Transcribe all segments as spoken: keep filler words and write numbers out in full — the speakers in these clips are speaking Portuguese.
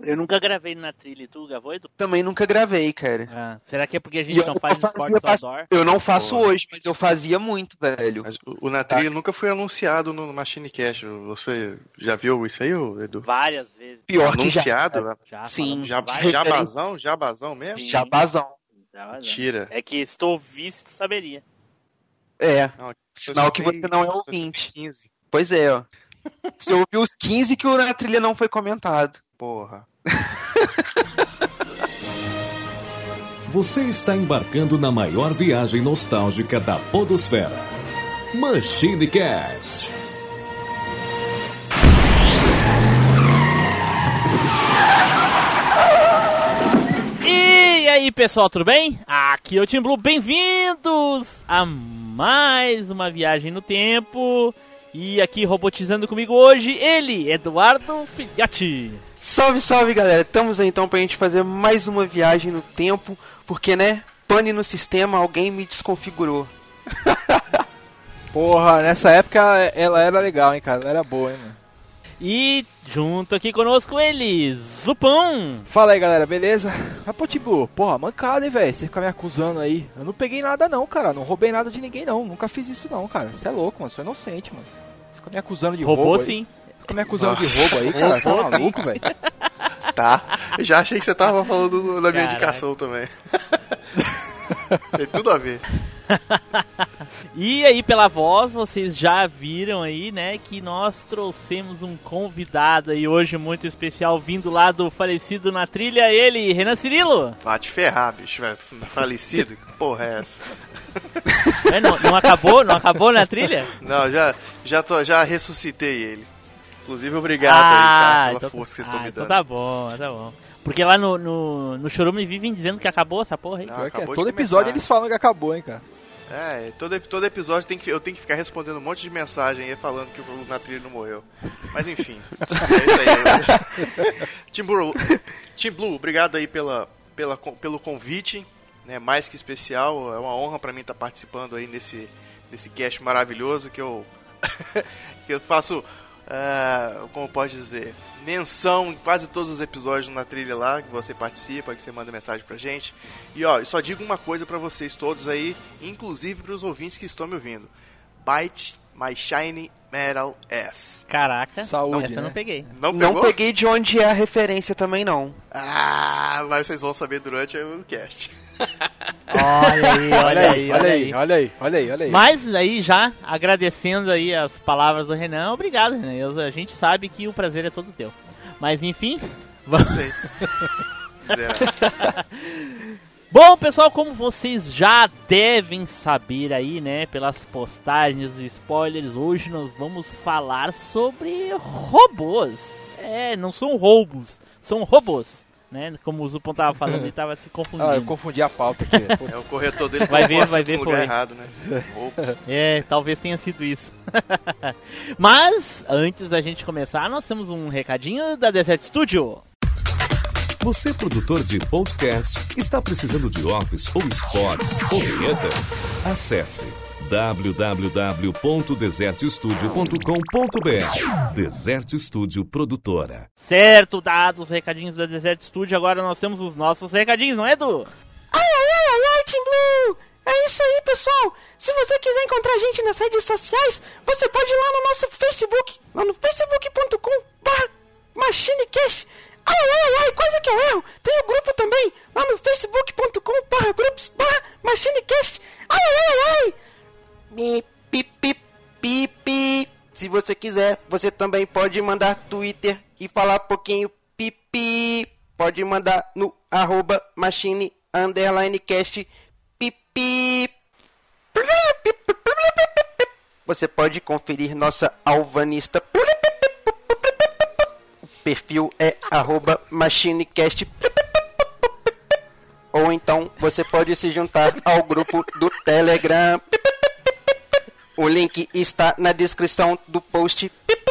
Eu nunca gravei na trilha, tu gravou, Edu? Também nunca gravei, cara. Ah, será que é porque a gente não faz esportes outdoor? Eu não faço Pô. hoje, mas eu fazia muito, velho. Mas o, o na trilha tá. nunca foi anunciado no Machine Cast. Você já viu isso aí, Edu? Várias vezes. Pior anunciado? que já. já Sim. Já, jabazão? Jabazão mesmo? Sim. Jabazão. Mentira. É que se tu ouvisse, tu saberia. É. Não, sinal que você não é ouvinte. quinze. Pois é, ó. Você ouviu os quinze que o na trilha não foi comentado. Porra. Você está embarcando na maior viagem nostálgica da podosfera. Machine Cast. E aí, pessoal, tudo bem? Aqui é o Team Blue, bem-vindos a mais uma viagem no tempo. E aqui robotizando comigo hoje, ele, Eduardo Filhote. Salve, salve, galera. Estamos aí então pra gente fazer mais uma viagem no tempo, porque, né, pane no sistema, alguém me desconfigurou. Porra, nessa época ela era legal, hein, cara, ela era boa, hein, mano. E junto aqui conosco ele, Zupão. Fala aí, galera, beleza? Mas, pô, Tibu, porra, mancada, hein, velho, você fica me acusando aí. Eu não peguei nada não, cara, não roubei nada de ninguém não, nunca fiz isso não, cara. Você é louco, mano, você é inocente, mano. Fica me acusando de Roubou, roubo sim. Aí. Fica me acusando Nossa. de roubo aí, cara, tá maluco, velho. Tá, já achei que você tava falando da minha Caraca. indicação também. Tem tudo a ver. E aí, pela voz, vocês já viram aí, né, que nós trouxemos um convidado aí hoje muito especial, vindo lá do falecido na trilha, ele, Renan Cirilo. Vai te ferrar, bicho, velho. Falecido? Que porra é essa? É, não, não acabou? Não acabou na trilha? Não, já, já, tô, já ressuscitei ele. Inclusive, obrigado ah, aí, tá, pela então, força que vocês ah, estão me dando. Então tá bom, tá bom. Porque lá no, no, no Chorume vivem dizendo que acabou essa porra aí. Não, é, todo episódio eles falam que acabou, hein, cara. É, todo, todo episódio tem que, eu tenho que ficar respondendo um monte de mensagem aí falando que o na trilha não morreu. Mas enfim, é isso aí. Team Blue, Team Blue, obrigado aí pela, pela, pelo convite, né, mais que especial. É uma honra pra mim estar participando aí nesse, nesse cast maravilhoso que eu, que eu faço... Uh, como pode dizer, menção em quase todos os episódios na trilha lá, que você participa, que você manda mensagem pra gente. E ó, eu só digo uma coisa pra vocês todos aí, inclusive pros ouvintes que estão me ouvindo: Bite My Shiny Metal Ass. Caraca, saúde, essa né? eu não peguei. Não pegou? Não peguei de onde é a referência também, não. Ah, mas vocês vão saber durante o cast. Olha aí, olha aí, olha aí, olha aí, olha aí, olha aí. Mas aí já, agradecendo aí as palavras do Renan, obrigado, Renan. Eu, a gente sabe que o prazer é todo teu. Mas enfim, vamos... Sei. Bom, pessoal, como vocês já devem saber aí, né, pelas postagens e spoilers, hoje nós vamos falar sobre robôs. É, não são roubos, são robôs. Né? Como o Zupão tava falando, ele tava se confundindo. Ah, eu confundi a pauta aqui. É o corretor dele. Vai ver, vai ver, no foi. lugar errado, né? É, talvez tenha sido isso. Mas, antes da gente começar, nós temos um recadinho da Desert Studio. Você, produtor de podcast, está precisando de office ou spots ou vinhetas? Acesse w w w ponto desert studio ponto com ponto b r. Desert Studio Produtora. Certo, dados os recadinhos da Desert Studio, agora nós temos os nossos recadinhos, não é, Edu? Ai, ai, ai, ai, ai, Team Blue! É isso aí, pessoal! Se você quiser encontrar a gente nas redes sociais, você pode ir lá no nosso Facebook, lá no facebook ponto com barra machinecast. Ai, ai, ai, ai, quase que eu erro! Tem o grupo também, lá no facebook ponto com barra groups barra machinecast. Ai, ai, ai, ai! Bip, bip, bip, bip, bip. Se você quiser, você também pode mandar Twitter e falar pouquinho pipi. Pode mandar no arroba machine underline cast pipi. Você pode conferir nossa alvanista. O perfil é arroba machinecast. Ou então você pode se juntar ao grupo do Telegram. O link está na descrição do post.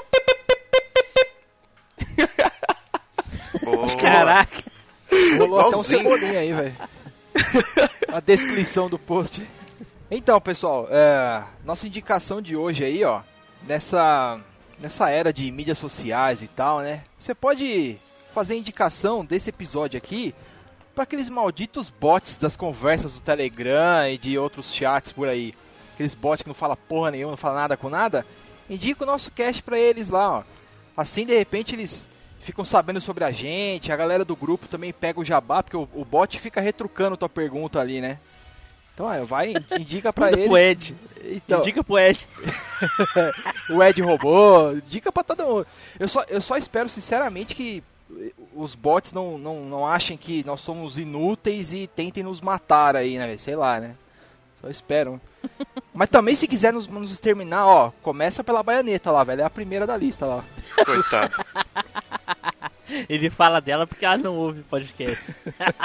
Oh. Caraca. Rolou até um cebolinha aí, velho. A descrição do post. Então, pessoal, é, nossa indicação de hoje aí, ó, nessa, nessa era de mídias sociais e tal, né? Você pode fazer a indicação desse episódio aqui para aqueles malditos bots das conversas do Telegram e de outros chats por aí. Aqueles bots que não falam porra nenhuma, não falam nada com nada. Indica o nosso cast pra eles lá, ó. Assim, de repente, eles ficam sabendo sobre a gente. A galera do grupo também pega o jabá, porque o, o bot fica retrucando tua pergunta ali, né? Então, é, vai, indica pra Manda eles. pro Ed. Então, Indica pro Ed. o Ed robô, dica pra todo mundo. Eu só, eu só espero, sinceramente, que os bots não, não, não achem que nós somos inúteis e tentem nos matar aí, né? Sei lá, né? Só espero. Mas também, se quiser nos, nos exterminar, ó, começa pela baianeta lá, velho. É a primeira da lista lá. Coitado. Ele fala dela porque ela não ouve podcast.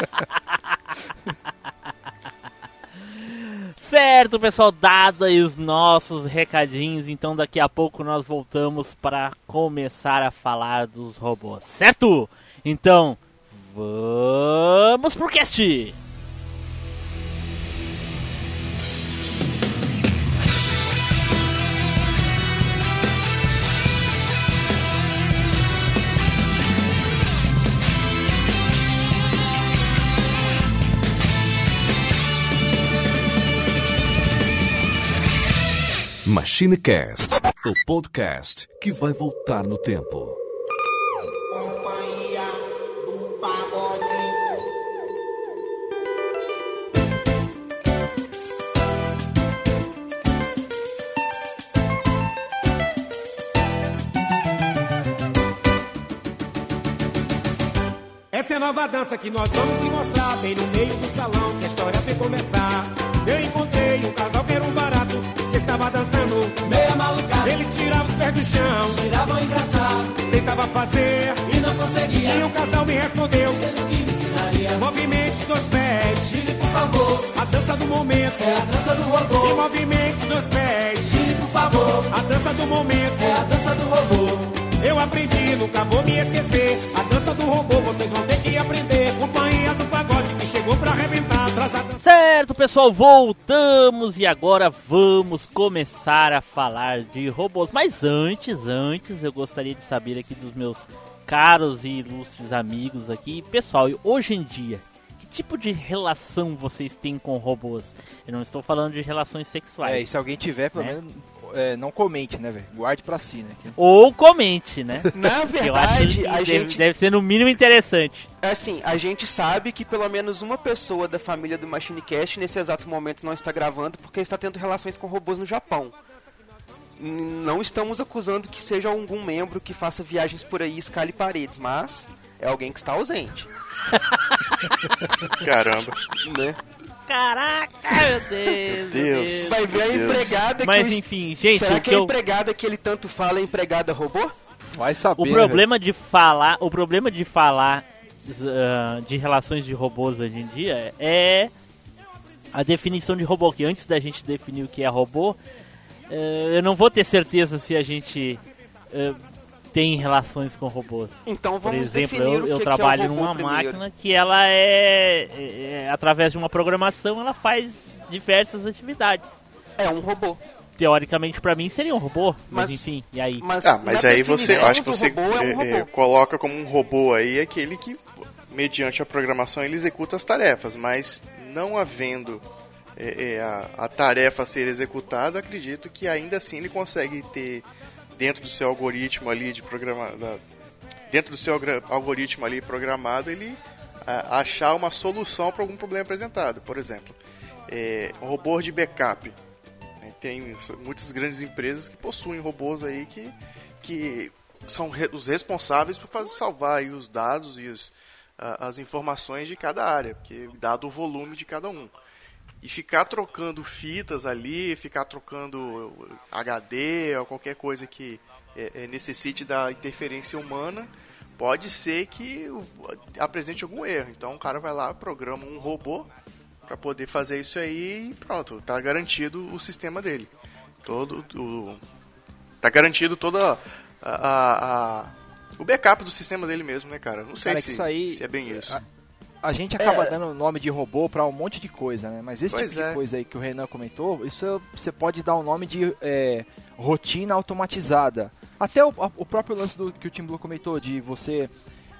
Certo, pessoal, dados aí os nossos recadinhos, então daqui a pouco nós voltamos para começar a falar dos robôs, certo? Então, vamos pro cast! MachineCast, o podcast que vai voltar no tempo. Companhia do Pagode. Essa é a nova dança que nós vamos lhe mostrar. Bem no meio do salão que a história vai começar. Eu encontrei um casal que era um barato, que estava dançando Meia malucada, ele tirava os pés do chão, tirava engraçado tentava fazer e não conseguia. e o casal me respondeu: Sendo que me ensinaria. movimente os dois pés, Tire por favor, a dança do momento. é a dança do E robô. movimente os dois pés, Tire por favor, a dança do momento. é a dança do robô. Eu aprendi, nunca vou me esquecer. A dança do robô, vocês vão ter que aprender. Companhia do Pagode que chegou pra arrebentar. Traz a dança. Certo, pessoal, voltamos e agora vamos começar a falar de robôs. Mas antes, antes, eu gostaria de saber aqui dos meus caros e ilustres amigos aqui. Pessoal, hoje em dia, que tipo de relação vocês têm com robôs? Eu não estou falando de relações sexuais. É, e se alguém tiver, pelo Né? menos, é, não comente, né, velho? Guarde pra si, né? Que- Ou comente, né? Na Eu acho verdade, que a deve, gente, deve ser no mínimo interessante. assim, a gente sabe que pelo menos uma pessoa da família do MachineCast nesse exato momento não está gravando porque está tendo relações com robôs no Japão. N- Não estamos acusando que seja algum membro que faça viagens por aí e escale paredes, mas é alguém que está ausente, Caramba. né? Caraca, meu Deus. Deus. Vai ver a Deus. empregada Mas que o- enfim, gente, Será o que que a eu... empregada que ele tanto fala é empregada robô? Vai saber, O né, problema de falar, o problema de falar uh, de relações de robôs hoje em dia é a definição de robô. Que antes da gente definir o que é robô, uh, eu não vou ter certeza se a gente uh, tem relações com robôs. Então Por vamos exemplo, definir eu, o que eu que trabalho é o robô numa primeiro. máquina que ela é, é, é, através de uma programação, ela faz diversas atividades. É um robô. Teoricamente, pra mim, seria um robô, mas, Mas- enfim, e aí? Mas, Ah, mas na aí você, definição acho que do você robô é um é, é, robô. coloca como um robô aí aquele que, mediante a programação, ele executa as tarefas, mas não havendo é, é, a, a tarefa a ser executada, acredito que ainda assim ele consegue ter, dentro do seu algoritmo ali de programa, da- dentro do seu algra- algoritmo ali programado, ele a, achar uma solução para algum problema apresentado. Por exemplo, é, um robô de backup. Tem muitas grandes empresas que possuem robôs aí que, que são re- os responsáveis por fazer salvar aí os dados e os, a- as informações de cada área, porque dado o volume de cada um. E ficar trocando fitas ali, ficar trocando H D ou qualquer coisa que é, é, necessite da interferência humana, pode ser que o- apresente algum erro. Então o cara vai lá, programa um robô para poder fazer isso aí e pronto, tá garantido o sistema dele. Todo o tá garantido toda a, a, a- o backup do sistema dele mesmo, né, cara? Não sei Cara, se, isso aí- se é bem isso. A, a gente acaba É. dando nome de robô pra um monte de coisa, né? Mas esse Pois tipo é. de coisa aí que o Renan comentou, isso é- você pode dar o nome de é, rotina automatizada. Até o, a- o próprio lance do, que o Tim Blue comentou, de você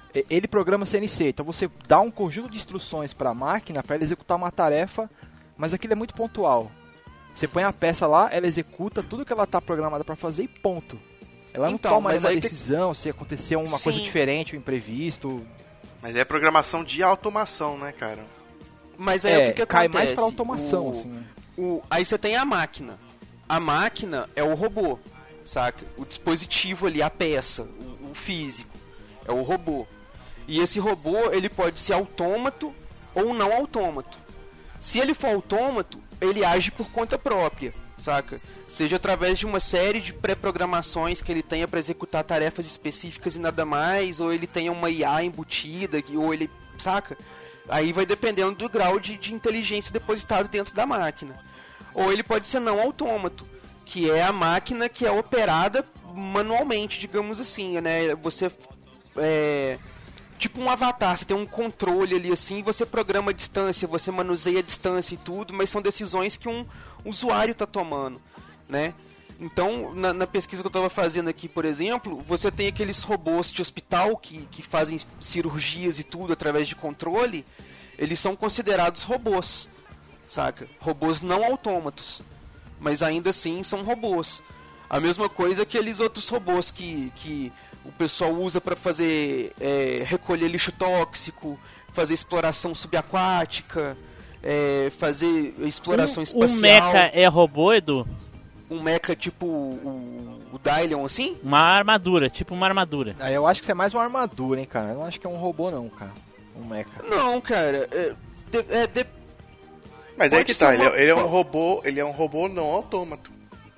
e- ele programa C N C. Então você dá um conjunto de instruções para a máquina para ela executar uma tarefa, mas aquilo é muito pontual. Você põe a peça lá, ela executa tudo que ela está programada para fazer e ponto. Ela não Então, toma mas uma aí decisão se aconteceu uma coisa Sim. diferente, um imprevisto. Mas é programação de automação, né, cara? Mas aí É, o que, que cai acontece? mais pra automação, O- assim, né? o- aí você tem a máquina. A máquina é o robô, saca? O dispositivo ali, a peça, o, o físico, é o robô. E esse robô, ele pode ser autômato ou não autômato. Se ele for autômato, ele age por conta própria, saca? Seja através de uma série de pré-programações que ele tenha para executar tarefas específicas e nada mais, ou ele tenha uma I A embutida, que- ou ele, saca? Aí vai dependendo do grau de, de inteligência depositado dentro da máquina. Ou ele pode ser não autômato, que é a máquina que é operada manualmente, digamos assim, né? Você é tipo um avatar, você tem um controle ali assim, você programa a distância, você manuseia a distância e tudo, mas são decisões que um usuário está tomando, né? Então, na, na pesquisa que eu estava fazendo aqui, por exemplo, você tem aqueles robôs de hospital que, que fazem cirurgias e tudo através de controle, eles são considerados robôs, saca? Robôs não autômatos, mas ainda assim são robôs. A mesma coisa que aqueles outros robôs que, que o pessoal usa para fazer é, recolher lixo tóxico, fazer exploração subaquática, é, fazer exploração Um, espacial. um mecha é robô, Edu? Um mecha tipo o, o Dylion, assim? Uma armadura, tipo uma armadura. Aí eu acho que isso é mais uma armadura, hein, cara. Eu não acho que é um robô, não, cara. Um mecha. Não, cara. É, de- é, de- Mas é Pode que ser tá, ele uma- é, ele é um robô, ele é um robô não autômato.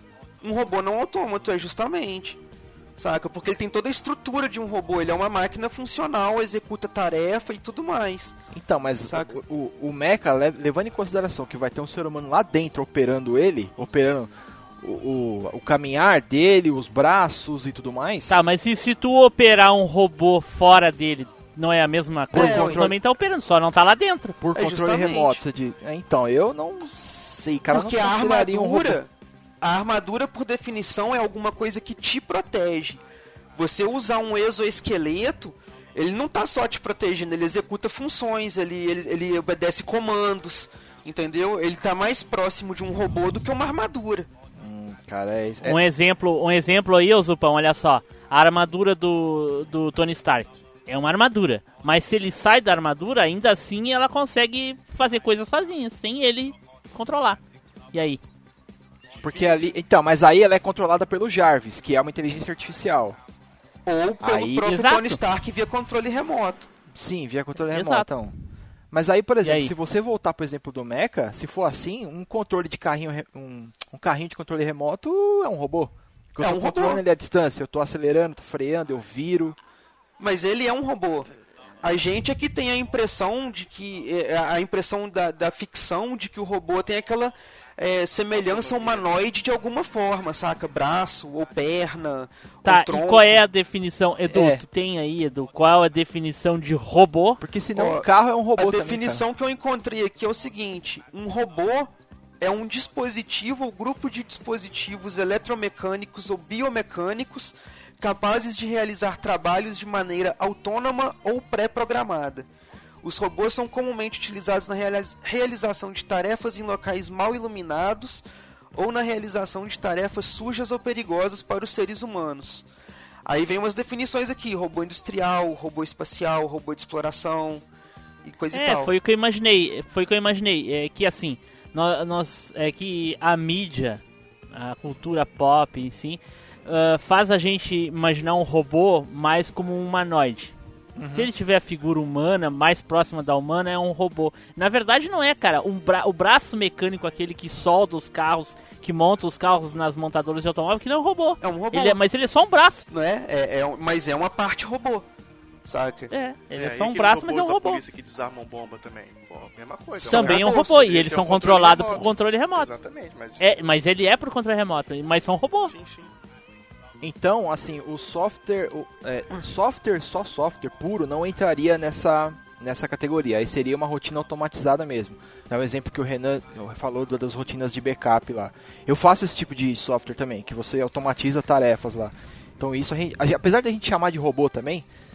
um robô não autômato, é justamente. Saca? Porque ele tem toda a estrutura de um robô. Ele é uma máquina funcional, executa tarefa e tudo mais. Então, mas Saca? o, o, o mecha, le- levando em consideração que vai ter um ser humano lá dentro operando ele, operando o, o, o caminhar dele, os braços e tudo mais. Tá, mas e se tu operar um robô fora dele, não é a mesma coisa? É, tu ué. também tá operando, só não tá lá dentro. Por É, controle justamente. remoto. Você diz, é, então, eu não sei, cara. Porque eu não a consideraria um robô. armadura, a armadura por definição é alguma coisa que te protege. Você usar um exoesqueleto, ele não tá só te protegendo, ele executa funções, ele, ele, ele obedece comandos, entendeu? Ele tá mais próximo de um robô do que uma armadura. Hum, cara, é, é Um exemplo, um exemplo aí, ô Zupão, olha só. A armadura do, do Tony Stark é uma armadura. Mas se ele sai da armadura, ainda assim ela consegue fazer coisas sozinha, sem ele controlar. E aí? porque ali, então, mas aí ela é controlada pelo Jarvis, que é uma inteligência artificial. Ou pelo Aí- próprio Exato. Tony Stark via controle remoto. Sim, via controle Exato. remoto. Então. Mas aí, por exemplo, aí? se você voltar, por exemplo, do mecha, se for assim, um controle de carrinho, re- um, um carrinho de controle remoto é um robô. Porque É eu tô um robô. controlando ele à distância, eu tô acelerando, tô freando, eu viro. Mas ele é um robô. A gente aqui tem a impressão de que. é, A impressão da, da ficção de que o robô tem aquela é, semelhança humanoide de alguma forma, saca? Braço ou perna. Tá, ou tronco. e qual é a definição? Edu, É. tu tem aí, Edu, qual é a definição de robô? Porque senão Ó, um carro é um robô A também, definição que eu encontrei aqui é o seguinte: um robô é um dispositivo ou grupo de dispositivos eletromecânicos ou biomecânicos capazes de realizar trabalhos de maneira autônoma ou pré-programada. Os robôs são comumente utilizados na realiza- realização de tarefas em locais mal iluminados ou na realização de tarefas sujas ou perigosas para os seres humanos. Aí vem umas definições aqui: robô industrial, robô espacial, robô de exploração e coisa e É, tal. foi o que eu imaginei. Foi o que eu imaginei. É que assim, nós, nós é que a mídia, a cultura pop em si, ah, faz a gente imaginar um robô mais como um humanoide. Se ele tiver a figura humana, mais próxima da humana, é um robô. Na verdade não é, cara. Um bra o braço mecânico, aquele que solda os carros, que monta os carros nas montadoras de automóvel, que não é um robô. É um robô. Ele é- mas ele é só um braço. Não é? É, é um- mas é uma parte robô, saca? É, ele é, e só um aqueles braço, mas é um robôs da robô. polícia que desarmam bomba também. Pô, mesma coisa. Também é um robô, robô, e devia eles ser são um controle controlados por remoto. controle remoto. Exatamente, mas... É, mas ele é por controle remoto, mas são robôs. Sim, sim. Então, assim, o software, o, é, software, só software puro não entraria nessa, nessa categoria. Aí seria uma rotina automatizada mesmo. É o exemplo que o Renan falou da- das rotinas de backup lá. Eu faço esse tipo de software também, que você automatiza tarefas lá. Então isso, a gente, a- apesar de a gente chamar de robô também,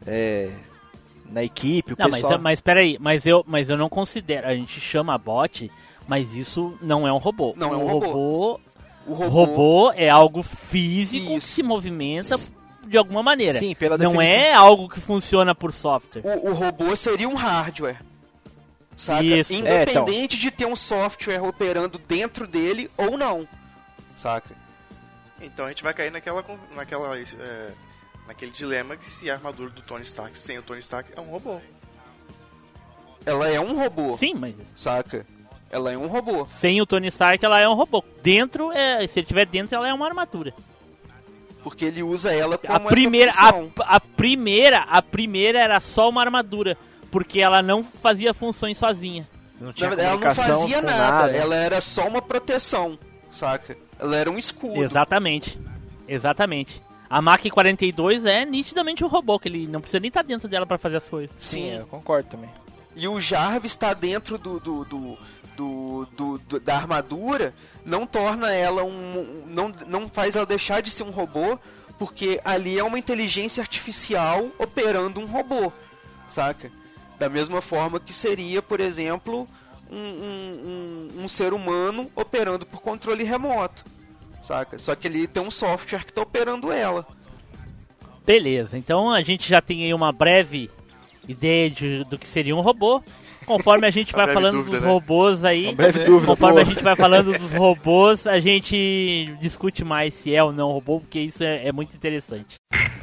é, na equipe, o Não, pessoal... mas, mas peraí, mas eu, mas eu não considero, a gente chama bot, mas isso não é um robô. Não é um o robô. robô. O O robô, robô é algo físico que Isso. se movimenta de alguma maneira. Sim, pela Não definição. é algo que funciona por software. o, o robô seria um hardware. Saca? Isso. Independente de ter um software operando dentro dele ou não. Saca? Então a gente vai cair naquela, con- naquela, é, naquele dilema que se a armadura do Tony Stark sem o Tony Stark é um robô. Ela é um robô. Sim, mas Saca? Ela é um robô. sem o Tony Stark ela é um robô. Dentro, é, se ele estiver dentro, ela é uma armadura. Porque ele usa ela como A primeira, essa função. a, a primeira, a primeira era só uma armadura, porque ela não fazia funções sozinha. Não Na tinha verdade, ela não comunicação fazia com nada. nada. Ela era só uma proteção. Saca? Ela era um escudo. Exatamente. Exatamente. A Mach quarenta e dois é nitidamente um robô, que ele não precisa nem estar dentro dela pra fazer as coisas. Sim, Sim. eu concordo também. E o Jarvis está dentro do, do, do, do, do- do- da armadura, não torna ela um. Não, não faz ela deixar de ser um robô, porque ali é uma inteligência artificial operando um robô, saca? Da mesma forma que seria, por exemplo, um, um, um, um ser humano operando por controle remoto, saca? Só que ele tem um software que está operando ela. Beleza, então a gente já tem aí uma breve ideia de, do que seria um robô. Conforme a gente Uma vai breve falando dúvida, dos né? robôs aí, Uma breve dúvida, conforme boa. a gente vai falando dos robôs, a gente discute mais se é ou não robô, porque isso é, é muito interessante.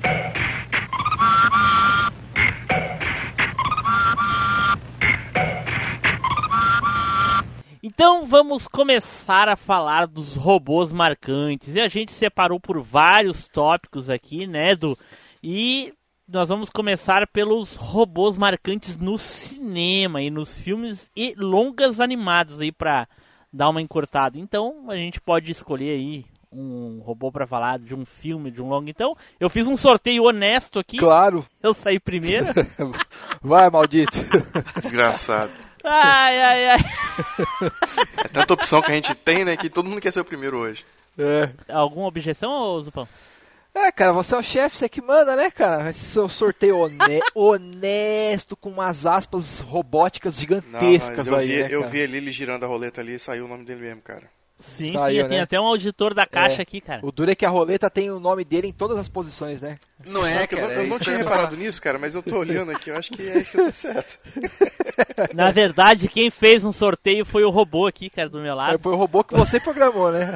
Então vamos começar a falar dos robôs marcantes. E a gente separou por vários tópicos aqui, né, Edu? E nós vamos começar pelos robôs marcantes no cinema e nos filmes e longas animados aí pra dar uma encurtada. Então a gente pode escolher aí um robô pra falar de um filme, de um longo. Então eu fiz um sorteio honesto aqui. Claro. Eu saí primeiro. Vai, maldito. Desgraçado. Ai, ai, ai. É tanta opção que a gente tem, né, que todo mundo quer ser o primeiro hoje. É. Alguma objeção, ô Zupão? É, cara, você é o chefe, você que manda, né, cara? Esse seu sorteio hone- honesto, com umas aspas robóticas Não, gigantescas mas eu aí, vi, né, eu cara? vi ele, ele girando a roleta ali e saiu o nome dele mesmo, cara. Sim, Saiu, sim, tem né? até um auditor da caixa É. aqui, cara. O duro é que a roleta tem o nome dele em todas as posições, né? Não Você é, sabe que cara? eu, não- eu é não isso tinha que eu ia reparado nisso, cara, mas eu tô olhando aqui, eu acho que é isso que tá certo. Na verdade, quem fez um sorteio foi o robô aqui, cara, do meu É, lado. foi o robô que você programou, né?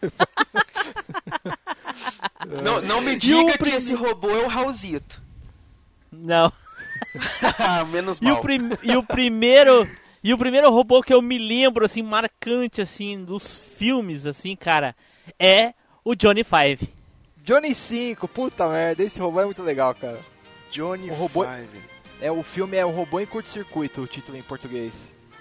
Não, não me E o diga que prim- esse robô é o Raulzito. Não. Menos E o, mal. prim- e o primeiro... E o primeiro robô que eu me lembro, assim, marcante, assim, dos filmes, assim, cara, é o Johnny Five. Johnny cinco, puta merda, esse robô é muito legal, cara. Johnny O robô- Five. É, o filme é O Robô em Curto-Circuito, o título em português.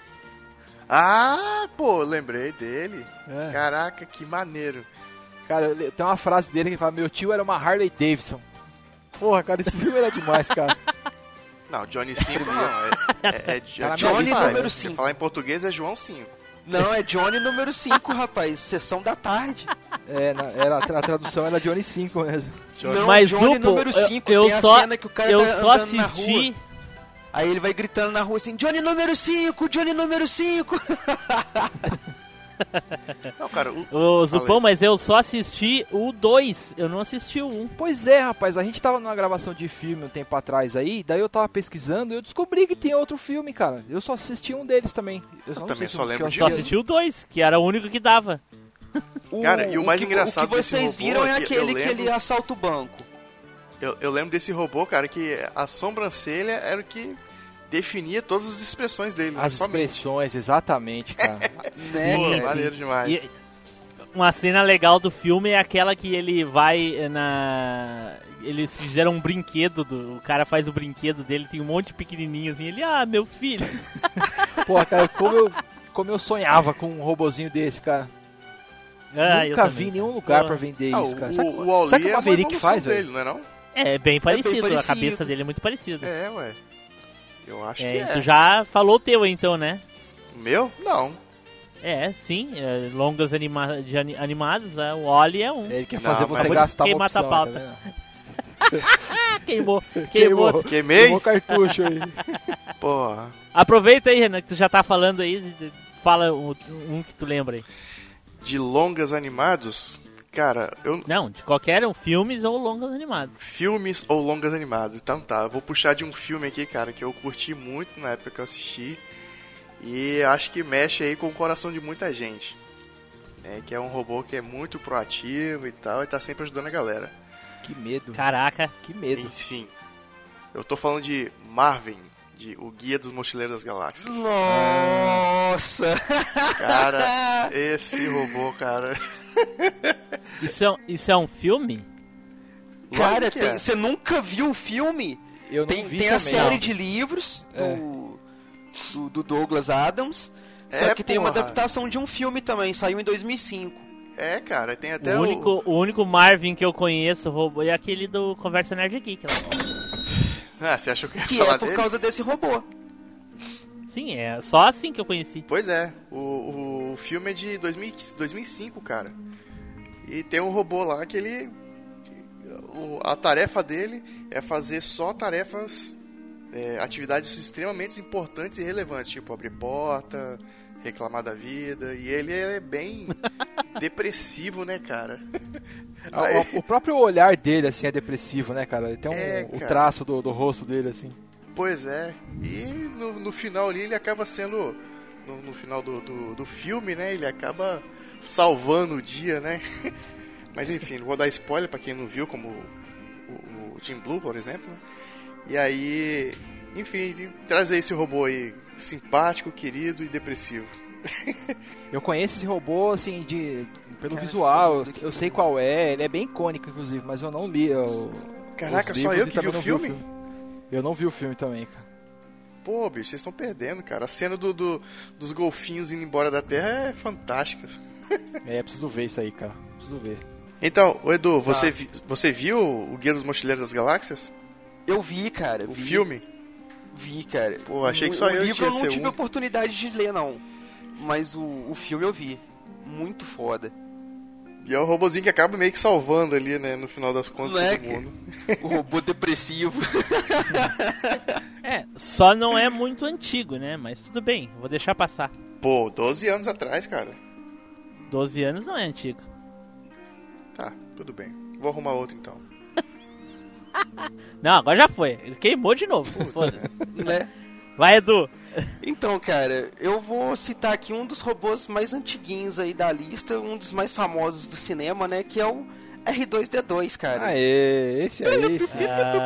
Ah, pô, lembrei dele. É. Caraca, que maneiro. Cara, eu- tem uma frase dele que fala, meu tio era uma Harley Davidson. Porra, cara, esse filme era demais, cara. Não, Johnny cinco não, é, é, é, Tá na é minha Johnny lista, Five. número Se cinco. falar em português é João cinco. Não, é Johnny número cinco, rapaz. Sessão da tarde. É, na, era, a tradução era Johnny cinco mesmo. Não, Mas, Johnny Zupo, número eu- cinco. eu tem só- a cena que o cara Eu tá só andando na assisti... rua. Aí ele vai gritando na rua assim, Johnny número cinco, Johnny número cinco. Não, cara, o, Ô, Zupão, Falei. mas eu só assisti o dois, eu não assisti o um. Pois é, rapaz, a gente tava numa gravação de filme um tempo atrás aí, daí eu tava pesquisando e eu descobri que tem outro filme, cara. Eu só assisti um deles também. Eu, não também sei se só o que lembro eu de Só um. assisti- assisti o dois, que era o único que dava. Cara, e o mais que, engraçado O que vocês desse robô viram é é que aquele eu que lembro- ele assalta o banco. eu, eu lembro desse robô, cara, que a sobrancelha era o que definia todas as expressões dele. As somente. expressões, exatamente, cara. Né, Pô, cara? maneiro demais. E uma cena legal do filme é aquela que ele vai na... Eles fizeram um brinquedo, do... o cara faz o brinquedo dele, tem um monte pequenininho assim, ele, ah, meu filho. Porra, cara, como eu, como eu sonhava com um robozinho desse, cara. Ah, eu Nunca também. vi em nenhum lugar Pô. pra vender Ah, isso, o, cara. Sabe, o, o Auli sabe o que é o uma Maverick evolução faz, dele, velho? não é não? É bem parecido, a parecido. cabeça dele é muito parecida. É, ué. Eu acho É, que é. tu já falou o teu então, né? O meu? Não. É, sim, é, longas anima de ani- animadas, é, o Oli é um. Ele quer Não, fazer mas você vou gastar uma queimar opção, tua pauta. tá vendo? Queimou, queimou. Queimei? Queimou cartucho aí. Porra. Aproveita aí, Renan, que tu já tá falando aí. Fala um, um que tu lembra aí. De longas animados, cara, eu... Não, de qualquer um, filmes ou longas animados. Filmes ou longas animados. Então tá, eu vou puxar de um filme aqui, cara, que eu curti muito na época que eu assisti. E acho que mexe aí com o coração de muita gente. Né, que é um robô que é muito proativo e tal, e tá sempre ajudando a galera. Que medo. Caraca. Que medo. Enfim, eu tô falando de Marvin, de O Guia dos Mochileiros das Galáxias. Nossa! Cara, esse robô, cara... Isso é, isso é um filme? Cara, Lógico que é. você nunca viu o filme? Eu não Tem, vi tem a também, série não. de livros do, É. do, do Douglas Adams. Só É, que tem uma porra. adaptação de um filme também, saiu em dois mil e cinco. É, cara, tem até O o... único, o único Marvin que eu conheço, robô, é aquele do Conversa Nerd Geek. Lá. Ah, você achou que eu ia Que falar é por dele? causa desse robô. Sim, é só assim que eu conheci. Pois é, o, o filme é de dois mil, dois mil e cinco, cara. E tem um robô lá que ele... o- a tarefa dele é fazer só tarefas, é, atividades extremamente importantes e relevantes, tipo abrir porta, reclamar da vida. E ele é bem depressivo, né, cara? Ah, Aí- O, o próprio olhar dele, assim, é depressivo, né, cara? Ele tem um, É, o cara. traço do, do rosto dele, assim. Pois é, e no, no final ali ele acaba sendo, no, no final do, do, do filme, né, ele acaba salvando o dia, né, mas enfim, não vou dar spoiler pra quem não viu, como o, o, o Team Blue, por exemplo, né? E aí, enfim, trazer esse robô aí, simpático, querido e depressivo. Eu conheço esse robô, assim, de, pelo visual, eu, eu sei qual é, ele é bem icônico, inclusive, mas eu não li o, Caraca, os só livros eu e que também vi o não filme? Eu não vi o filme também, cara. Pô, bicho, vocês estão perdendo, cara, a cena do, do, dos golfinhos indo embora da Terra é fantástica. É, preciso ver isso aí, cara, preciso ver. Então, ô Edu, você, vi, você viu o Guia dos Mochileiros das Galáxias? Eu vi, cara. O vi, filme? Vi, cara. Pô, achei que O- só o eu livro tinha eu não ser tive um. oportunidade de ler, não. Mas o, o filme eu vi. Muito foda. E é um robozinho que acaba meio que salvando ali, né, no final das contas, Não é, todo mundo. O robô depressivo. É, só não é muito antigo, né? Mas tudo bem, vou deixar passar. Pô, doze anos atrás, cara. doze anos não é antigo. Tá, tudo bem. Vou arrumar outro então. Não, agora já foi. Ele queimou de novo. Foda-se. Né? Vai, Edu. Então, cara, eu vou citar aqui um dos robôs mais antiguinhos aí da lista, um dos mais famosos do cinema, né? Que é o R dois D dois, cara. Aê, esse aí, esse.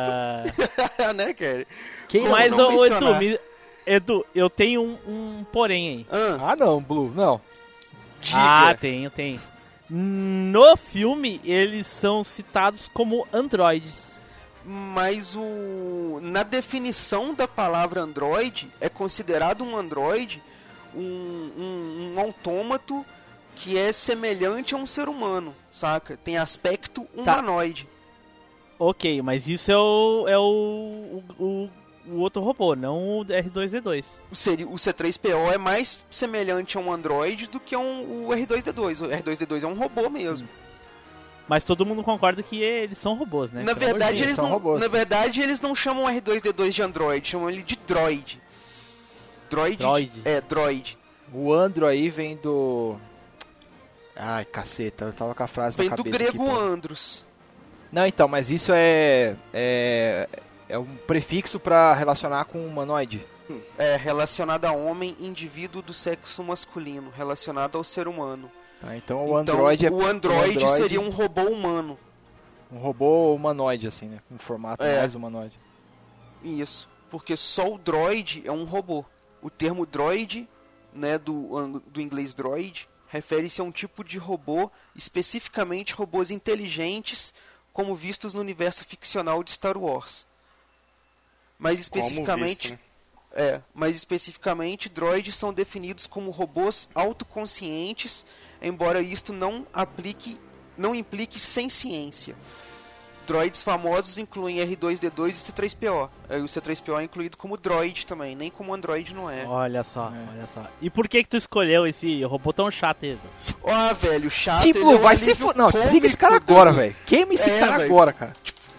Ah, Né, cara? Quem Como mas, não ô, Edu, mencionar? me- Edu, eu tenho um, um porém aí. Ah, Ah, não, Blue, não. diga. Ah, tenho, tenho. No filme, eles são citados como androides. Mas o na definição da palavra androide, é considerado um androide um, um, um autômato que é semelhante a um ser humano, saca? Tem aspecto humanoide. Ok, mas isso é o, é o, o, o, o outro robô, não o R dois D dois. O, seria, o C três P O é mais semelhante a um androide do que a um, o R dois D dois. O R dois D dois é um robô mesmo. Mas todo mundo concorda que eles são robôs, né? Na Pelo amor de verdade, Deus. eles são não, robôs. na verdade, eles não chamam o R dois D dois de android, chamam ele de droid. Droid? Droid. É, droid. O Andro aí vem do... Ai, caceta, eu tava com a frase Vem na do cabeça grego aqui, pô. andros. Não, então, mas isso é... É, é um prefixo pra relacionar com o humanoide. É, relacionado a homem, indivíduo do sexo masculino, relacionado ao ser humano. Tá, então o Então, Android é... o android o seria um robô humano. Um robô humanoide, assim, né? Com formato É. mais humanoide. Isso, porque só o droid é um robô. O termo droid, né, do, ang- do inglês droid, refere-se a um tipo de robô, especificamente robôs inteligentes, como vistos no universo ficcional de Star Wars. Mais especificamente, visto, né? é, mais especificamente, droids são definidos como robôs autoconscientes, embora isto não aplique, não implique sem ciência. Droids famosos incluem R dois D dois e C três P O. Aí o C três P O é incluído como droid também, nem como android não é. Olha só, olha só. E por que que tu escolheu esse robô tão chato, Edu? Ó, velho, chato. Tipo, ele é um vai se alívio fu... Não, desliga esse cara cômico agora, do- velho. Queima esse É, cara velho. agora, cara.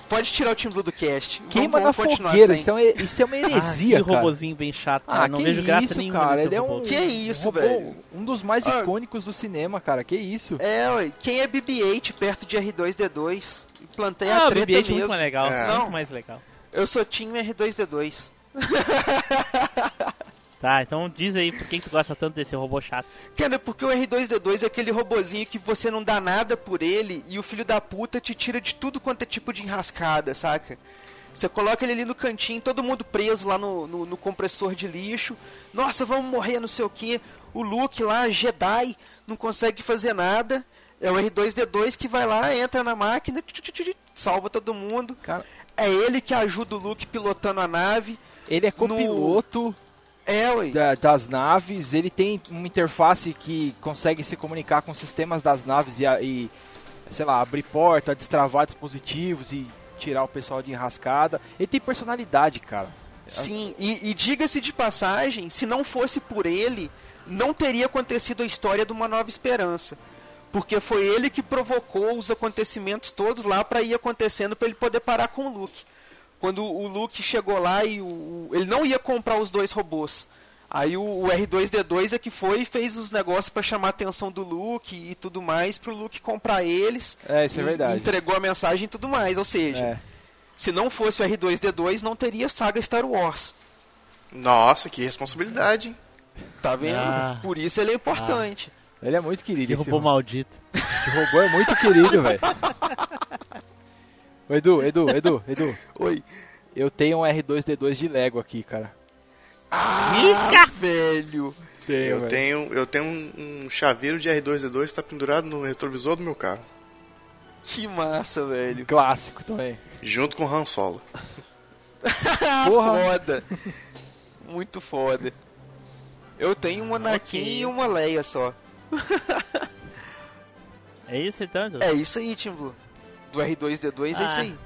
pode tirar o Team Blue do cast. Queima Vamos- na vamos continuar fogueira, sem. isso é, uma, isso é uma heresia, que cara. robozinho bem chato, cara. Ah, não que vejo graça isso, nenhuma cara. nesse Ele é um, robô. Que isso, um robô, velho? um dos mais Ah. icônicos do cinema, cara. Que isso? É, ué, quem é B B oito perto de R dois D dois? Plantei Ah, a o treta B B oito é muito mesmo. mais legal. É. Muito Não. mais legal. Eu sou Team R dois D dois. Tá, então diz aí por que que tu gosta tanto desse robô chato. Cara, porque o R dois D dois é aquele robozinho que você não dá nada por ele e o filho da puta te tira de tudo quanto é tipo de enrascada, saca? Você coloca ele ali no cantinho, todo mundo preso lá no, no, no compressor de lixo. Nossa, vamos morrer, não sei o que. O Luke lá, Jedi, não consegue fazer nada. É o R dois D dois que vai lá, entra na máquina, tch, tch, tch, tch, salva todo mundo. Cara, É ele que ajuda o Luke pilotando a nave. ele é copiloto É, ué. da- das naves, ele tem uma interface que consegue se comunicar com os sistemas das naves e, a- e, sei lá, abrir porta, destravar dispositivos e tirar o pessoal de enrascada. Ele tem personalidade, cara. Sim, e, e diga-se de passagem, se não fosse por ele, não teria acontecido a história de Uma Nova Esperança. Porque foi ele que provocou os acontecimentos todos lá pra ir acontecendo pra ele poder parar com o Luke. Quando o Luke chegou lá e o, ele não ia comprar os dois robôs. Aí o, o R dois D dois é que foi e fez os negócios pra chamar a atenção do Luke e tudo mais, pro Luke comprar eles. É, isso é e verdade. Entregou a mensagem e tudo mais. Ou seja, É. se não fosse o R dois D dois, não teria saga Star Wars. Nossa, que responsabilidade, hein? Tá vendo? Ah. Por isso ele é importante. Ele é muito querido. Que esse robô robô. maldito. Esse robô é muito querido, velho. Ô, Edu, Edu, Edu, Edu. Oi. Eu tenho um R dois D dois de Lego aqui, cara. Ah, velho. Tenho, Eu tenho, eu tenho um, um chaveiro de R dois D dois que tá pendurado no retrovisor do meu carro. Que massa, velho. Clássico também. Junto com o Han Solo. Porra. Foda. Muito foda. Eu tenho um Anakin Ok. e uma Leia só. É isso então, Edu? É isso aí, Team Blue. Do R dois D dois é Ah. isso aí.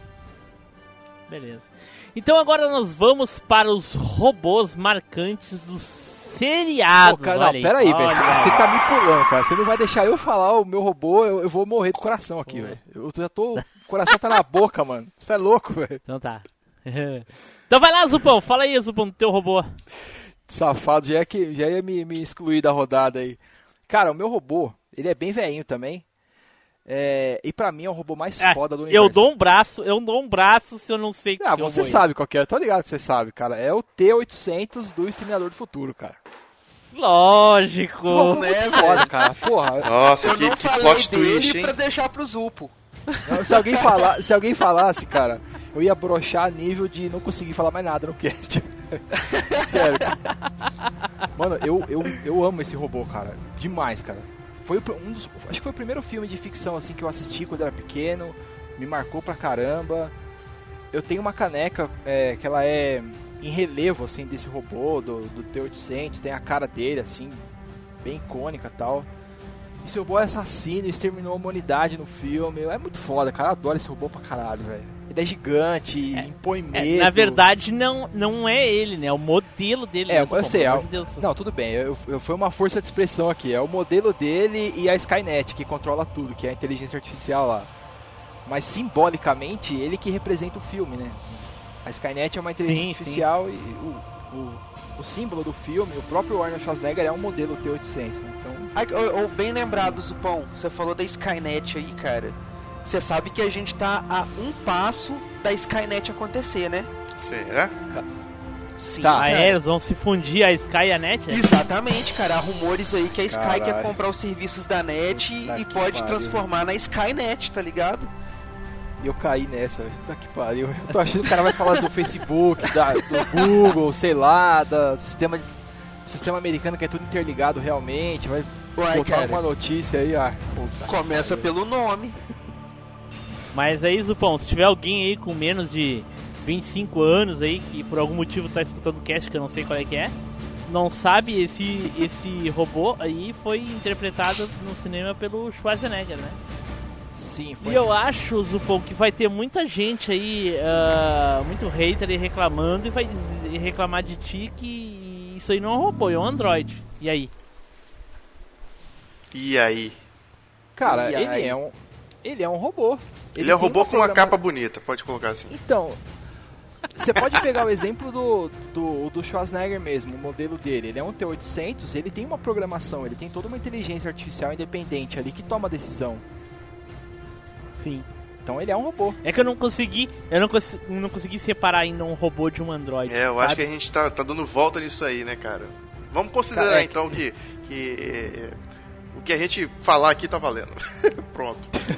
Beleza. Então agora nós vamos para os robôs marcantes dos seriados. Pô, cara, não, olha aí, pera aí, velho. olha Você tá me pulando, cara. Você não vai deixar eu falar o meu robô, eu, eu vou morrer do coração aqui, Pô. velho. Eu já tô. O coração tá na boca, mano. Você é louco, velho. Então tá. Então vai lá, Zupão. Fala aí, Zupão, do teu robô. Safado, já ia, que, já ia me, me excluir da rodada aí. Cara, o meu robô, ele é bem velhinho também. É, e pra mim é o robô mais É, foda do universo. eu dou um braço, eu dou um braço se eu não sei Ah, que você robô é. sabe qual que é, tô ligado que você sabe, cara. É o T oitocentos do Exterminador do Futuro, cara. Lógico. Esse robô é muito foda, cara. Porra, Nossa, Eu que, não que falei plot dele twist, hein? pra deixar pro Zupo. se alguém, falar, se alguém falasse, cara, eu ia broxar a nível de não conseguir falar mais nada no cast. Sério. Mano, eu, eu, eu amo esse robô, cara. Demais, cara. Foi um dos, acho que foi o primeiro filme de ficção assim que eu assisti quando era pequeno. Me marcou pra caramba. Eu tenho uma caneca é, que ela é em relevo assim desse robô do, do T oitocentos. Tem a cara dele assim, bem icônica e tal. Esse robô é assassino, exterminou a humanidade no filme. É muito foda, cara. Eu adoro esse robô pra caralho, velho. Ele é gigante, impõe É, medo. na verdade, não, não é ele, né? É o modelo dele. É, mesmo, eu pô, sei. pelo É, amor de Deus. não, tudo bem. Eu, eu, foi uma força de expressão aqui. É o modelo dele e a Skynet, que controla tudo, que é a inteligência artificial lá. Mas simbolicamente, ele que representa o filme, né? Assim, a Skynet é uma inteligência Sim, artificial e o, o, o símbolo do filme, o próprio Arnold Schwarzenegger é um modelo T oitocentos, né? Então, Ai, ô, ô, bem lembrado, Zupão. Você falou da Skynet aí, cara. Você sabe que a gente tá a um passo da Skynet acontecer, né? Será? Sim, Tá. Ah, cara. é, eles vão se fundir a Sky e a Net? é? Exatamente, cara. Há rumores aí que a Sky Caralho. quer comprar os serviços da Net Puta e que pode pariu. transformar na Skynet, tá ligado? e eu caí nessa, velho. Puta que pariu. Eu tô achando que o cara vai falar do Facebook, da, do Google, sei lá, do sistema, do sistema americano que é tudo interligado realmente. Vai Uai, botar cara. uma notícia aí, ah, puta. Começa pelo nome. Mas aí, Zupão, se tiver alguém aí com menos de vinte e cinco anos aí, que por algum motivo tá escutando o cast, que eu não sei qual é que é, não sabe, esse, esse robô aí foi interpretado no cinema pelo Schwarzenegger, né? Sim, E foi. eu acho, Zupão, que vai ter muita gente aí, ah, muito hater aí reclamando, e vai dizer- reclamar de ti que isso aí não é um robô, é um androide. E aí? E aí? Cara, E ele aí? é um. Ele é um robô. Ele, ele é um tem robô uma com programa... uma capa bonita, pode colocar assim. Então, você pode pegar o exemplo do, do, do Schwarzenegger mesmo, o modelo dele. Ele é um T oitocentos, ele tem uma programação, ele tem toda uma inteligência artificial independente ali que toma a decisão. Sim. Então ele é um robô. É que eu não consegui, eu não, cons não consegui separar ainda um robô de um androide. É, eu sabe? acho que a gente tá, tá dando volta nisso aí, né, cara? Vamos considerar Cara, é então que, que é, o que a gente falar aqui tá valendo. Pronto.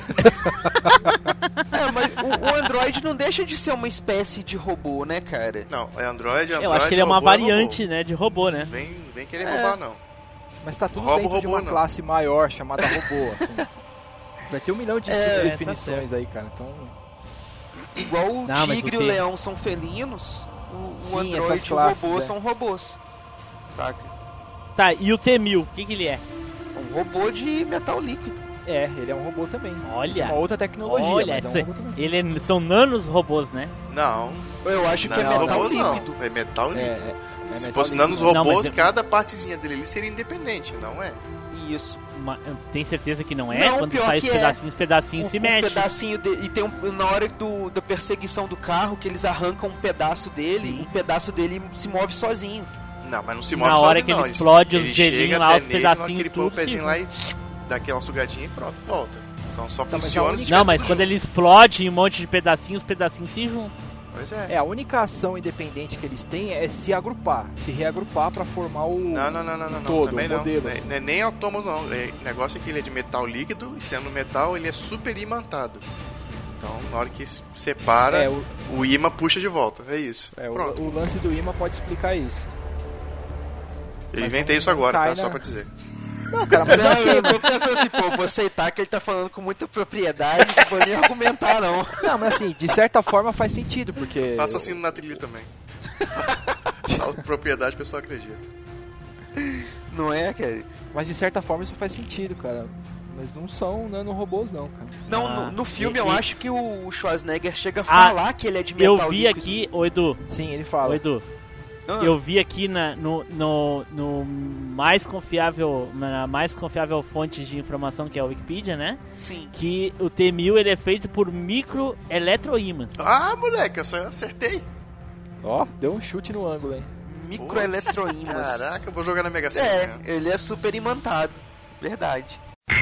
É, mas o, o Android não deixa de ser uma espécie de robô, né, cara? Não, é Android, Android. Eu acho que ele é uma robô, variante, robô. né, de robô, né? Vem, vem querer É. roubar, não. Mas tá tudo Rouba o dentro de robô, uma não. classe maior chamada robô, assim. Vai ter um milhão de É, definições aí, cara. Então, Igual o Não, mas tigre o e o te- leão são felinos, o, Sim, o essas Android e o classes, robô é. são robôs. Saca? Tá, e o T mil, o que que ele é? Um robô de metal líquido. é, ele é um robô também. Olha. Uma outra tecnologia, Olha, mas é um esse- robô também. ele é, são nanos robôs, né? Não, Eu acho que não, é metal robôs líquido. não. É metal É, líquido. é, é Se metal fosse líquido. nanos Não, mas robôs, eu- cada partezinha dele ali seria independente, não é? Isso. Uma- tem certeza que não é? Não, Quando pior sai os que é. pedacinhos, pedacinhos Um- se um mexe. pedacinho de, e tem um, na hora do, da perseguição do carro que eles arrancam um pedaço dele, Sim. um pedaço dele se move sozinho. Não, mas não se Na move hora sozinho, que ele não. explode os ele gelinhos chega lá, até os nele, na hora pedacinhos que ele põe o tudo se pezinho lá e dá aquela sugadinha e pronto, volta. Só, só Então, mas funciona a se única- tiver Não, mas tudo quando junto. ele explode em um monte de pedacinhos, os pedacinhos se juntam. Pois é. É, a única ação independente que eles têm é se agrupar, se reagrupar pra formar o Não, não, não, não, não, não. todo, também o não. modelo. Não é, assim. não é nem autômato, não. É, o negócio é que ele é de metal líquido e sendo metal, ele é super imantado. Então, na hora que se separa, É, o, o imã puxa de volta. É isso. é, o, Pronto. o lance do imã pode explicar isso. Eu mas inventei não- isso agora, não tá? cai Só na- pra dizer. Não, cara, mas Não, ok, eu tô pensando assim, pô, vou aceitar que ele tá falando com muita propriedade, não vou nem argumentar, não. não, mas assim, de certa forma faz sentido, porque... Faça assim na trilha também. Fala com propriedade, o pessoal acredita. Não é, cara? Mas de certa forma isso faz sentido, cara. Mas não são nanorobôs, não, cara. Não, Ah, no, no filme e- eu e- acho que o Schwarzenegger chega a Ah, falar que ele é de Eu metal vi líquido. aqui, ô Edu, Sim, ele ô fala. Edu, Ah, eu vi aqui na, no, no, no mais confiável, na mais confiável fonte de informação que é a Wikipedia, né? Sim. Que o T mil ele é feito por microeletroímãs. Ah, moleque, eu só acertei. Ó, deu um chute no ângulo, hein. Microeletroímãs. Caraca, eu vou jogar na Mega Sena. É, né? ele é super imantado. Verdade.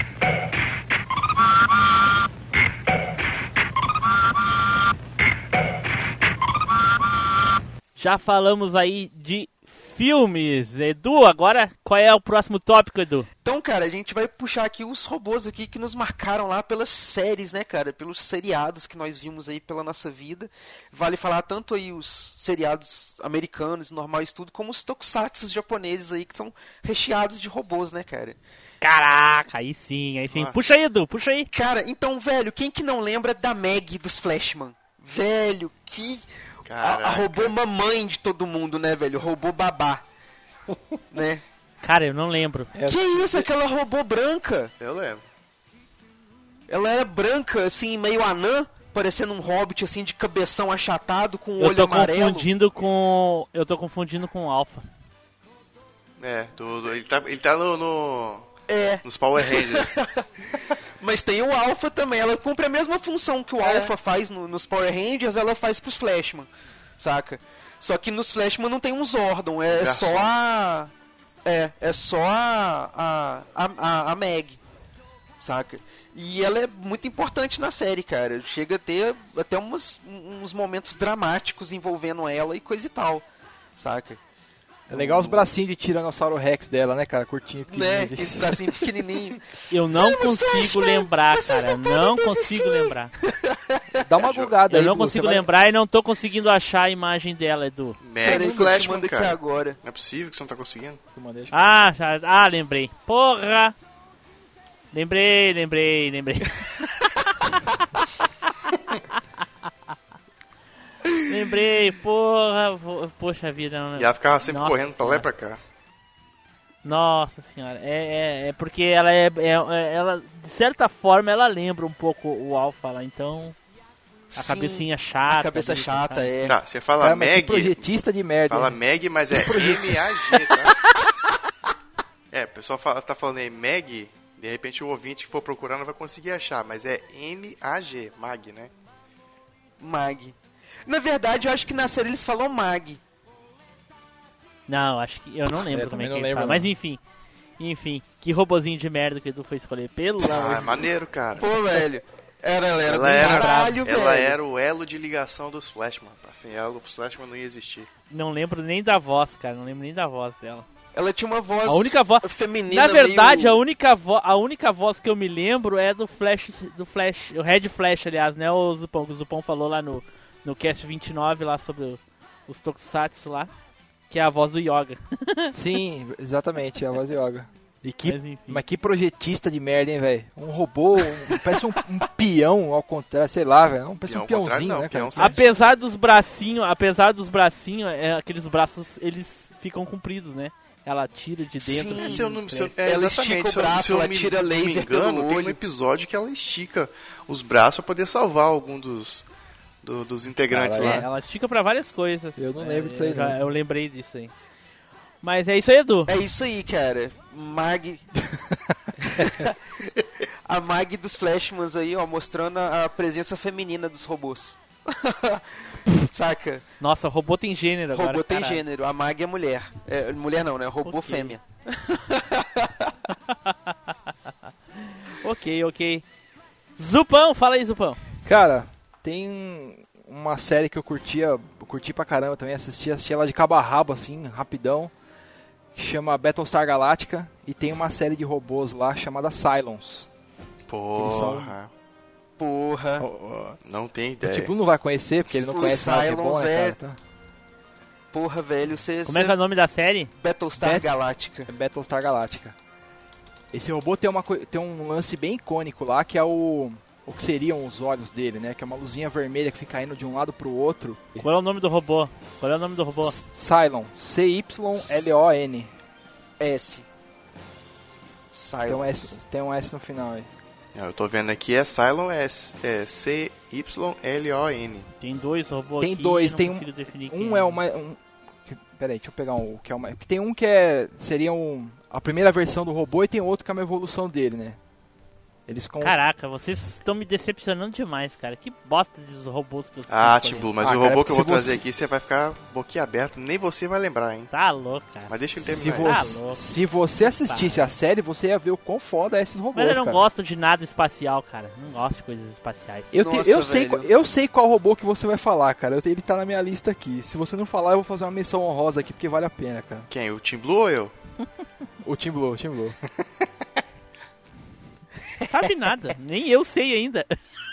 Já falamos aí de filmes. Edu, agora qual é o próximo tópico, Edu? Então, cara, a gente vai puxar aqui os robôs aqui que nos marcaram lá pelas séries, né, cara? Pelos seriados que nós vimos aí pela nossa vida. Vale falar tanto aí os seriados americanos, normais tudo, como os tokusatsu japoneses aí que são recheados de robôs, né, cara? Caraca, aí sim, aí sim. Ah. Puxa aí, Edu, puxa aí. Cara, então, velho, quem que não lembra da Meg dos Flashman? Velho, que... A, a Caraca. robô mamãe de todo mundo, né, velho? Robô babá. Né? Cara, eu não lembro. É, Que isso, aquela robô branca? Eu lembro. Ela era branca, assim, meio anã, parecendo um hobbit, assim, de cabeção achatado, com o Eu olho tô amarelo. confundindo com. Eu tô confundindo com o Alpha. É, tudo. Ele tá, ele tá no, no- É, nos Power Rangers. mas tem o Alpha também. Ela cumpre a mesma função que o É. Alpha faz no- nos Power Rangers, ela faz pros Flashman, saca? Só que nos Flashman não tem um Zordon, é Garçom. só a... É, é só a, a, a, a, a Meg, saca? E ela é muito importante na série, cara. Chega a ter até umas, uns momentos dramáticos envolvendo ela e coisa e tal, saca? é legal os bracinhos de Tiranossauro Rex dela, né, cara? Curtinho, Né? pequenininho. Esse bracinho pequenininho. Eu não Vamos, consigo Flashman, lembrar, vocês cara. não podem Não desistir. consigo lembrar. Dá uma gugada Eu aí, não Blue, consigo você vai- lembrar e não tô conseguindo achar a imagem dela, Edu. Meg Peraí, eu te Flashman, mando aqui cara. agora. Não é possível que você não tá conseguindo. Eu mandei, acho que- Ah, já, ah, lembrei. Porra! Lembrei, lembrei, lembrei. Lembrei, porra. vo- Poxa vida. Não... E ela ficava sempre Nossa correndo pra lá e Senhora. pra cá. Nossa senhora. É, é, é porque ela é, é- é- Ela, de certa forma, ela lembra um pouco o Alpha lá, então. A Sim, cabecinha chata. A cabeça dele, chata, sabe? é. Tá, você fala Cara, mas que Meg. projetista de merda. Fala hein? Meg, mas é M A G, tá? É, o pessoal fala, tá falando aí Meg, De repente o ouvinte que for procurar não vai conseguir achar, mas é M A G, Mag, né? Mag. Na verdade, eu acho que na série eles falam Mag. Não, acho que. Eu não lembro É, como é também que não ele lembro, fala. não. Mas enfim. Enfim, que robozinho de merda que tu foi escolher. Pelo Ah, amor é de maneiro, cara. Pô, velho. Era, ela era Ela do era, caralho, velho. ela era o elo de ligação dos Flashman. Sem ela, o Flashman não ia existir. Não lembro nem da voz, cara. Não lembro nem da voz dela. Ela tinha uma voz A única voz. feminina. Na verdade, meio... a única, vo... a única voz que eu me lembro é do Flash. Do Flash. O Red Flash, aliás, né? O Zupão. Que o Zupão falou lá no, no cast vinte e nove lá sobre o, os Tokusatsu lá. Que é a voz do Yoga. Sim, exatamente, é a voz de Yoga. E que, Mas enfim. mas que projetista de merda, hein, velho? Um robô, um- parece um, um peão, ao contrário, sei lá, velho. Um- Parece Peão um ao contrário, peãozinho, não, né, peão cara? certo. Apesar dos bracinhos, apesar dos bracinhos, é, aqueles braços, eles ficam compridos, né? Ela tira de dentro. Sim. É, se eu não, se eu, cresce. é, Ela exatamente, estica o se eu- braço, se eu ela me, tira não me laser pelo engano, tem um olho. episódio que ela estica os braços pra poder salvar algum dos, do- dos integrantes Caralho, É, lá. ela estica pra várias coisas. Eu não É, lembro disso aí, eu já- não. Eu lembrei disso aí. Mas é isso aí, Edu. É isso aí, cara. Mag. A Mag dos Flashmans aí, ó, mostrando a a presença feminina dos robôs. Saca? Nossa, robô tem gênero agora. Robô tem caralho. gênero, a Mag é mulher. É, mulher não, né? Robô Ok. fêmea. Ok, ok. Zupão, fala aí, Zupão. Cara, tem uma série que eu curtia, eu curti pra caramba também, assisti, assisti ela de cabo a rabo, assim, rapidão, que chama Battlestar Galactica, e tem uma série de robôs lá chamada Cylons. Porra, Porra. não tem O ideia. Tipo, não vai conhecer, porque ele não Os conhece nada que é bom, Cylons né, é- cara? Então, Porra, velho. Você. Como é que é o nome da série? Battlestar Bet- Galactica. é Battlestar Galactica. Esse robô tem, uma, coi- tem um lance bem icônico lá, que é o, o que seriam os olhos dele, né? Que é uma luzinha vermelha que fica indo de um lado pro outro. Qual é o nome do robô? Qual é o nome do robô? Cylon, C Y L O N. S. Tem um Silence. S, tem um S no final aí. Não, eu tô vendo aqui, é Cylon, é, é C Y L O N. Tem dois robôs Tem aqui, dois, não tem um- consigo definir quem Um é o mais. Um, que- peraí, deixa eu pegar um, o que é o mais. Tem um que é. Seria um, a primeira versão do robô e tem outro que é uma evolução dele, né? Eles com. Caraca, vocês estão me decepcionando demais, cara. Que bosta de robôs que vocês Ah, estão Tim escolhendo. Blue, mas Ah, o cara, robô que eu vou se trazer você- aqui, você vai ficar boquiaberto, nem você vai lembrar, hein? Tá louco, cara. Mas deixa ele Se, terminar. aí. você, louco. se você assistisse a série, você ia ver o quão foda é esses robôs, Mas eu não cara. gosto de nada espacial, cara. Não gosto de coisas espaciais. Eu, te- Nossa, eu, sei, velho. qual- eu sei qual robô que você vai falar, cara. Eu te- Ele tá na minha lista aqui. Se você não falar, eu vou fazer uma menção honrosa aqui, porque vale a pena, cara. Quem? O Tim Blue ou eu? O Tim Blue, o Tim Blue. Sabe nada. Nem eu sei ainda.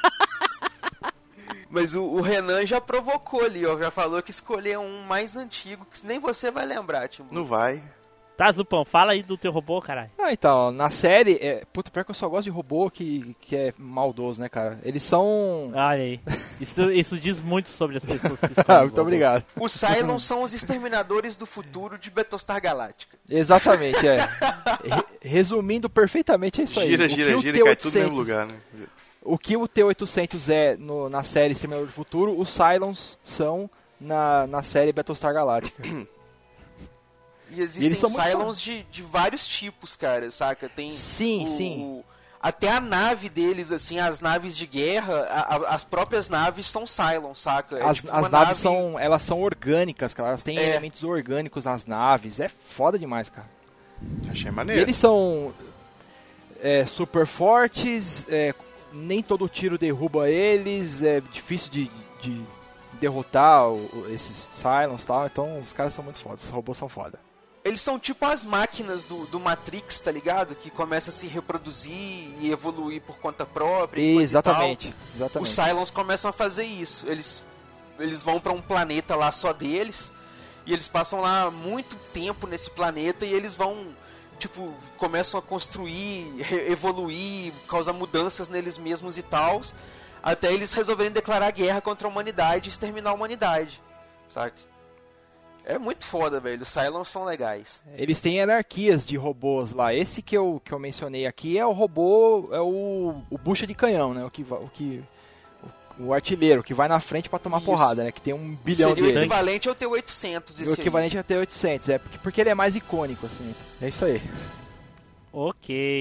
Mas o, o Renan já provocou ali, ó. Já falou que escolheu um mais antigo, que nem você vai lembrar, Tim. Não vai. Tá, Zupão, fala aí do teu robô, caralho. Ah, então, na série, é, puta, pior que eu só gosto de robô que, que é maldoso, né, cara? Eles são... Olha aí. Isso, isso diz muito sobre as pessoas que Ah, escolhem muito robô. obrigado. Os Cylons são os exterminadores do futuro de Battlestar Galactica. Exatamente, é. Re- resumindo perfeitamente, é isso aí. Gira, O que gira, o gira e cai tudo no mesmo T oitocentos lugar, né? O que o T oitocentos é no- na série Exterminador do Futuro, os Cylons são na, na série Battlestar Galactica. E existem E eles são muito Cylons de, de vários tipos, cara, saca? Tem Sim, o- sim. o- até a nave deles, assim, as naves de guerra, a- a- as próprias naves são Cylons, saca? É As, tipo as uma naves nave- são, elas são orgânicas, cara. Elas têm É. elementos orgânicos nas naves. É foda demais, cara. Achei E maneiro. eles são é, super fortes, é, nem todo tiro derruba eles, é difícil de, de derrotar o- o- esses Cylons e tal, então os caras são muito fodas, os robôs são foda. Eles são tipo as máquinas do, do Matrix, tá ligado? Que começa a se reproduzir e evoluir por conta própria. e coisa e Exatamente, tal. Os exatamente. Cylons começam a fazer isso. Eles, eles vão pra um planeta lá só deles. E eles passam lá muito tempo nesse planeta e eles vão, tipo, começam a construir, re- evoluir, causar mudanças neles mesmos e tal. Até eles resolverem declarar guerra contra a humanidade e exterminar a humanidade. Saca? É muito foda, velho. Os Cylons são legais. Eles têm hierarquias de robôs lá. Esse que eu, que eu mencionei aqui é o robô, é o, o bucha de canhão, né? O que, va- o que o, o artilheiro que vai na frente pra tomar Isso. porrada, né? Que tem um bilhão Seria o deles. equivalente ao T oitocentos. O esse aí. equivalente a T oitocentos, é porque, porque ele é mais icônico, assim. É isso aí. Ok.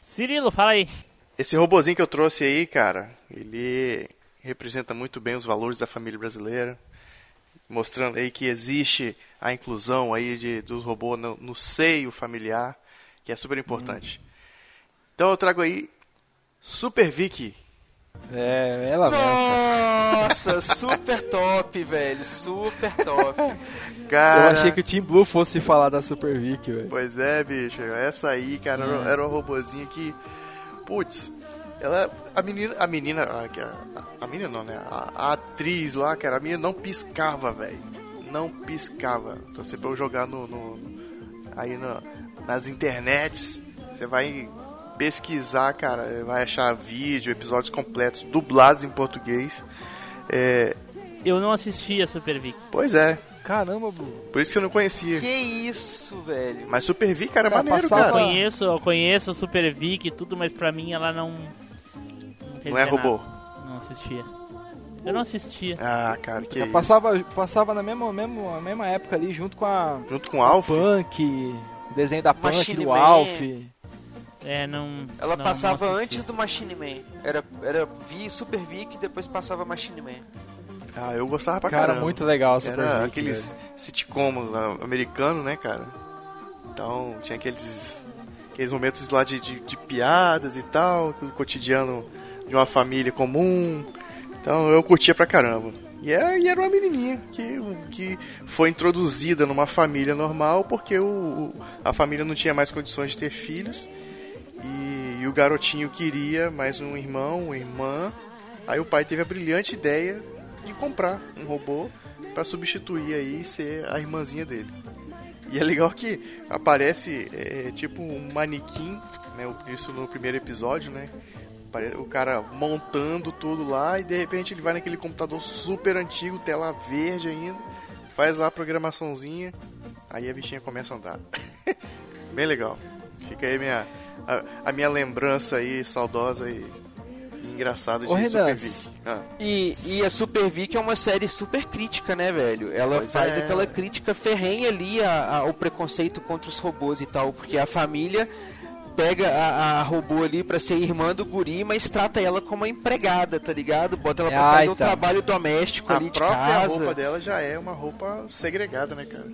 Cirilo, fala aí. Esse robozinho que eu trouxe aí, cara, ele representa muito bem os valores da família brasileira, mostrando aí que existe a inclusão aí de, dos robôs no, no seio familiar, que é super importante. Hum. Então eu trago aí Super Vicky. É, ela mesmo. Nossa, super top, velho. Super top. Cara, eu achei que o Team Blue fosse falar da Super Vicky, velho. Pois é, bicho. Essa aí, cara, é. era uma robozinha que... Putz, ela... A menina... A menina... A, a, a menina não, né? A, a atriz lá, cara, a menina não piscava, velho. Não piscava. Então você pode jogar no... no aí no, nas internets, você vai... pesquisar, cara, vai achar vídeo, episódios completos, dublados em português. É... Eu não assisti a Super Vicky. Pois é. Caramba, Blue. Por isso que eu não conhecia. Que isso, velho. Mas Super Vicky, cara, é Cara, maneiro, passava- cara. Eu conheço, eu conheço a Super Vicky e tudo, mas pra mim ela não... Não, Não é robô. nada. Não assistia. Eu não assistia. Ah, cara, que isso. Passava, passava na mesma, mesma, mesma época ali, junto com a Junto com o Alf. Punk, o desenho da Punk, Machine do Man. Alf. É, não... Ela não, passava não assistia. antes do Machine Man. Era, era Vi, Super Vic e depois passava Machine Man. Ah, eu gostava pra Cara, caramba. muito legal a Super Era Vicky, aqueles velho. sitcom ah, americano, né, cara? Então, tinha aqueles, aqueles momentos lá de, de, de piadas e tal, do cotidiano de uma família comum. Então, eu curtia pra caramba. E, é, e era uma menininha que, que foi introduzida numa família normal porque o, o- a família não tinha mais condições de ter filhos. E, e o garotinho queria mais um irmão, uma irmã. Aí o pai teve a brilhante ideia de comprar um robô para substituir aí e ser a irmãzinha dele. E é legal que aparece é, tipo um manequim, né? Isso no primeiro episódio, né? Apare- O cara montando tudo lá e de repente ele vai naquele computador super antigo, tela verde ainda, faz lá a programaçãozinha, aí a bichinha começa a andar. Bem legal. Fica aí minha, a, a minha lembrança aí, saudosa e, e engraçada de Ô, Super Renan, Vicky. Ah. E, e a Super Vic é uma série super crítica, né, velho? Ela Pois faz é. aquela crítica ferrenha ali a- ao preconceito contra os robôs e tal, porque a família pega a, a robô ali pra ser irmã do guri, mas trata ela como uma empregada, tá ligado? Bota ela pra Ai, fazer o tá. trabalho doméstico A ali de própria casa. roupa dela já é uma roupa segregada, né, cara?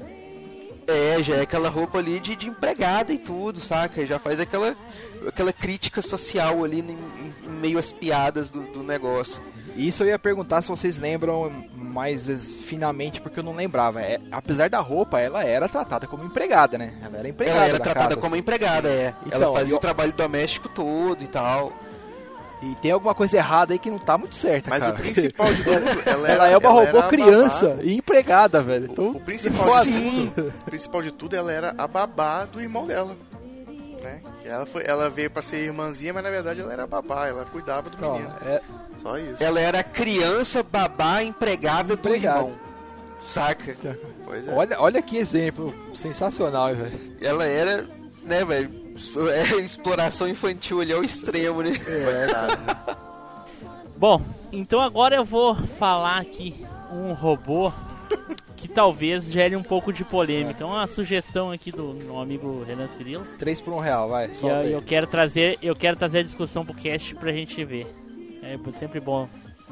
É, já é aquela roupa ali de, de empregada e tudo, saca? Já faz aquela, aquela crítica social ali em, em- em meio às piadas do, do negócio. Isso eu ia perguntar se vocês lembram mais es- finamente, porque eu não lembrava. É, apesar da roupa, ela era tratada como empregada, né? Ela era empregada Ela era da tratada casa, como assim. empregada, é. Então, ela fazia eu- o trabalho doméstico todo e tal. E tem alguma coisa errada aí que não tá muito certa, Mas cara. o principal de tudo, ela, Ela era, é uma ela robô era a criança babá. e empregada, velho. O, Então, o principal foda. de tudo, o principal de tudo, ela era a babá do irmão dela, né? Que Ela foi, ela veio pra ser irmãzinha, mas na verdade ela era a babá, ela cuidava do Então, menino. é- Só isso. Ela era criança, babá, empregada Empregada. do irmão. Saca? Pois é. olha, olha que exemplo sensacional, velho. Ela era, né, velho? É exploração infantil ali ao extremo, né? Coitado, né? Bom, então agora eu vou falar aqui um robô que talvez gere um pouco de polêmica. Uma sugestão aqui do meu amigo Renan Cirilo. Três por um real, vai. E Solta eu, aí. eu quero trazer, eu quero trazer a discussão pro cast pra gente ver. É sempre bom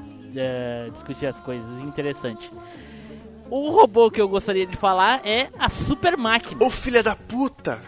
é, discutir as coisas, interessante. O robô que eu gostaria de falar é a Super Máquina. Ô filha da puta!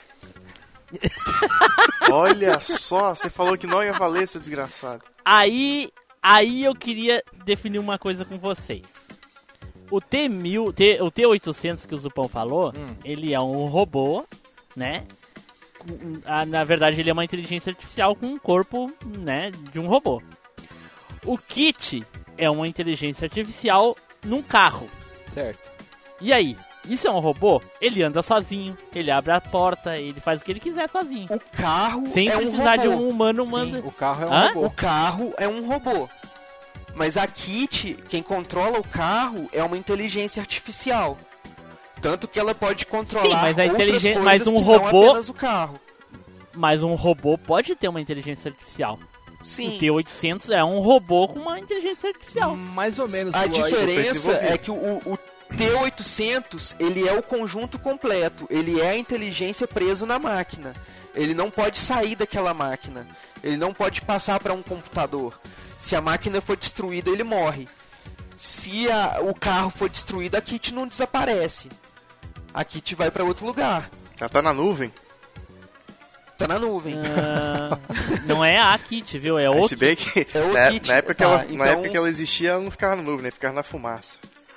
Olha só, você falou que não ia valer, seu desgraçado. Aí, aí eu queria definir uma coisa com vocês. O T mil, T, o T oitocentos que o Zupão falou, Hum. ele é um robô, né? Com- ah, Na verdade, ele é uma inteligência artificial com um corpo, né, de um robô. O Kit é uma inteligência artificial num carro. Certo. E aí? Isso é um robô? Ele anda sozinho, ele abre a porta, ele faz o que ele quiser sozinho. O carro Sem é um precisar de robô. um humano Sim, manda. o carro é um Hã? robô. O carro é um robô. Mas a Kitty, quem controla o carro, é uma inteligência artificial. Tanto que ela pode controlar Sim, mas a outras inteligen- coisas mas um que robô- não apenas o carro. Mas um robô pode ter uma inteligência artificial. Sim. O T oitocentos é um robô com uma inteligência artificial. Mais ou menos. A o- diferença desenvolvido. é que o, o T oitocentos, ele é o conjunto completo. Ele é a inteligência preso na máquina. Ele não pode sair daquela máquina. Ele não pode passar para um computador. Se a máquina for destruída, ele morre. Se a, o carro for destruído, a Kit não desaparece. A Kit vai para outro lugar. Ela tá na nuvem? Tá na nuvem. Ah, não é a Kit, viu? É o Se bem que É o na, Kit. na época que Tá, ela, então- na época que ela existia, ela não ficava na nuvem, né? Ficava na fumaça.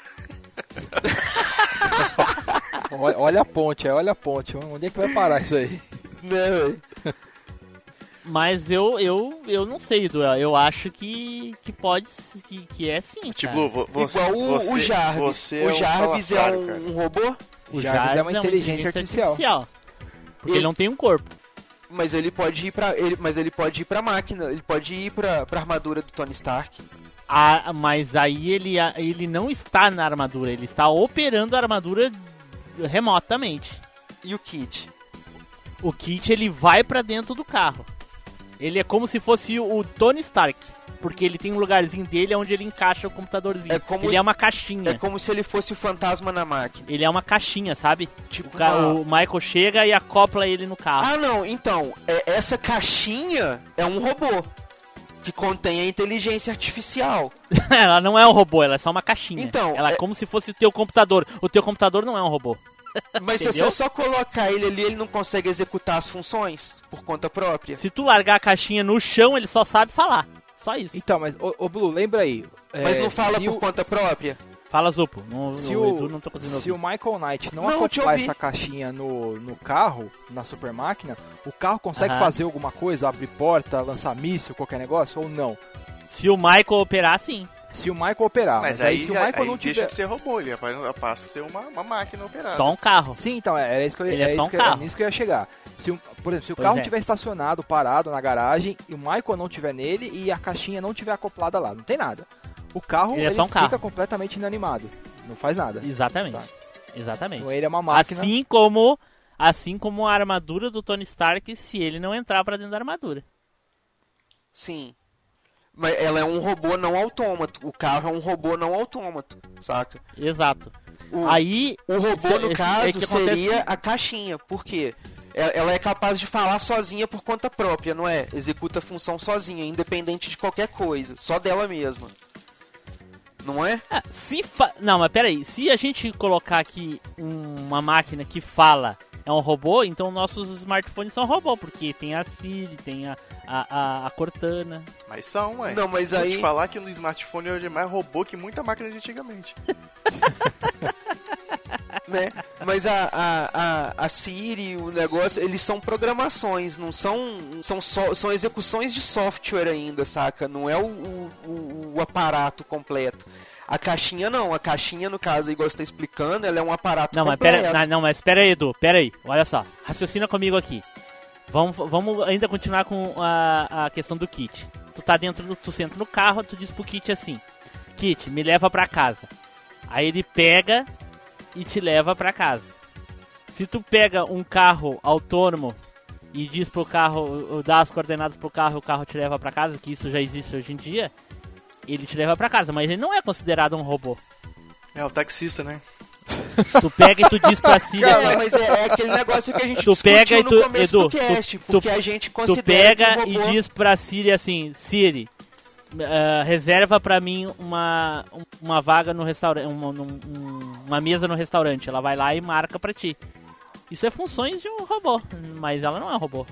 Olha, olha a ponte, olha a ponte. Onde é que vai parar isso aí? Né? Mas eu, eu, eu não sei, Duel. Eu acho que, que pode, que, que é sim, cara. Tipo, vo- você, Igual o, você, o Jarvis. Você o é um Jarvis é salafrário, um, cara. um robô, O Jarvis é uma inteligência artificial. Porque Ele- ele não tem um corpo. mas ele pode ir pra. Ele, mas ele pode ir pra máquina, ele pode ir pra, pra armadura do Tony Stark. Ah, mas aí ele, ele não está na armadura, ele está operando a armadura remotamente. E o Kit? O Kit, ele vai pra dentro do carro. Ele é como se fosse o Tony Stark, porque ele tem um lugarzinho dele onde ele encaixa o computadorzinho. É como ele se- é uma caixinha. É como se ele fosse o fantasma na máquina. Ele é uma caixinha, sabe? Tipo, O, ca- uma- o Michael chega e acopla ele no carro. Ah, não, então, é, essa caixinha é um robô que contém a inteligência artificial. Ela não é um robô, ela é só uma caixinha. Então, ela é, é- como se fosse o teu computador. O teu computador não é um robô. Mas se Entendeu? você só colocar ele ali, ele não consegue executar as funções por conta própria. Se tu largar a caixinha no chão, ele só sabe falar. Só isso. Então, mas, ô, ô Blue, lembra aí. Mas é, não fala se por o, conta própria. Fala, Zupo. No, se no o, Edu não tô conseguindo se o ouvir. Michael Knight não, Não, te acoplar ouvi. essa caixinha no, no carro, na super máquina, o carro consegue Aham. fazer alguma coisa, abrir porta, lançar míssil, qualquer negócio, ou não? Se o Michael operar, sim. Se o Michael operar, mas, Mas aí, aí, se o aí, Michael não deixa tiver... de ser robô, ele passa a ser uma, uma máquina operada. Só um carro. Sim, então, é, era isso que eu, Ele é é só isso um que, carro. é nisso que eu ia chegar. Se o, por exemplo, se o Pois carro é. estiver estacionado, parado na garagem, e o Michael não estiver nele e a caixinha não estiver acoplada lá, não tem nada. O carro, Ele é só um fica carro. completamente inanimado, não faz nada. Exatamente. Tá. Exatamente. Então ele é uma máquina... Assim como, assim como a armadura do Tony Stark, se ele não entrar pra dentro da armadura. Sim. Mas ela é um robô não autômato. O carro é um robô não autômato, saca? Exato. O, Aí, o robô, esse- no esse- caso, é que acontece- seria a caixinha. Por quê? Ela ela é capaz de falar sozinha por conta própria, não é? Executa a função sozinha, independente de qualquer coisa. Só dela mesma. Não é? ah, se fa... Não, mas peraí. Se a gente colocar aqui um- uma máquina que fala é um robô, então nossos smartphones são robô, porque tem a Siri, tem a, a, a, a Cortana. Mas são, ué. Não, mas Vou aí- te falar que no smartphone hoje é mais robô que muita máquina de antigamente. Né? Mas a, a, a, a Siri, o negócio, eles são programações, não são. São, só, são execuções de software ainda, saca? Não é o, o, o aparato completo. A caixinha não, a caixinha, no caso, igual você tá explicando, ela é um aparato Não, mas completo. pera, não, não, mas pera aí, Edu, pera aí. Olha só, raciocina comigo aqui. Vamos, vamos ainda continuar com a, a questão do kit. Tu tá dentro do, tu senta no carro, tu diz pro kit assim: Kit, me leva pra casa. Aí ele pega e te leva pra casa. Se tu pega um carro autônomo e diz pro carro, dá as coordenadas pro carro, o carro te leva pra casa, que isso já existe hoje em dia, ele te leva pra casa, mas ele não é considerado um robô. É, o taxista, né? Tu pega e tu diz pra Siri assim, É, mas é, é aquele negócio que a gente Tu discutiu pega e no tu- começo Edu, do cast, tu- porque tu- a gente tu considera pega que o e robô... diz pra Siri assim, Siri, ah, reserva pra mim uma, uma vaga no restaurante, uma, um- uma mesa no restaurante. Ela vai lá e marca pra ti. Isso é funções de um robô, mas ela não é um robô.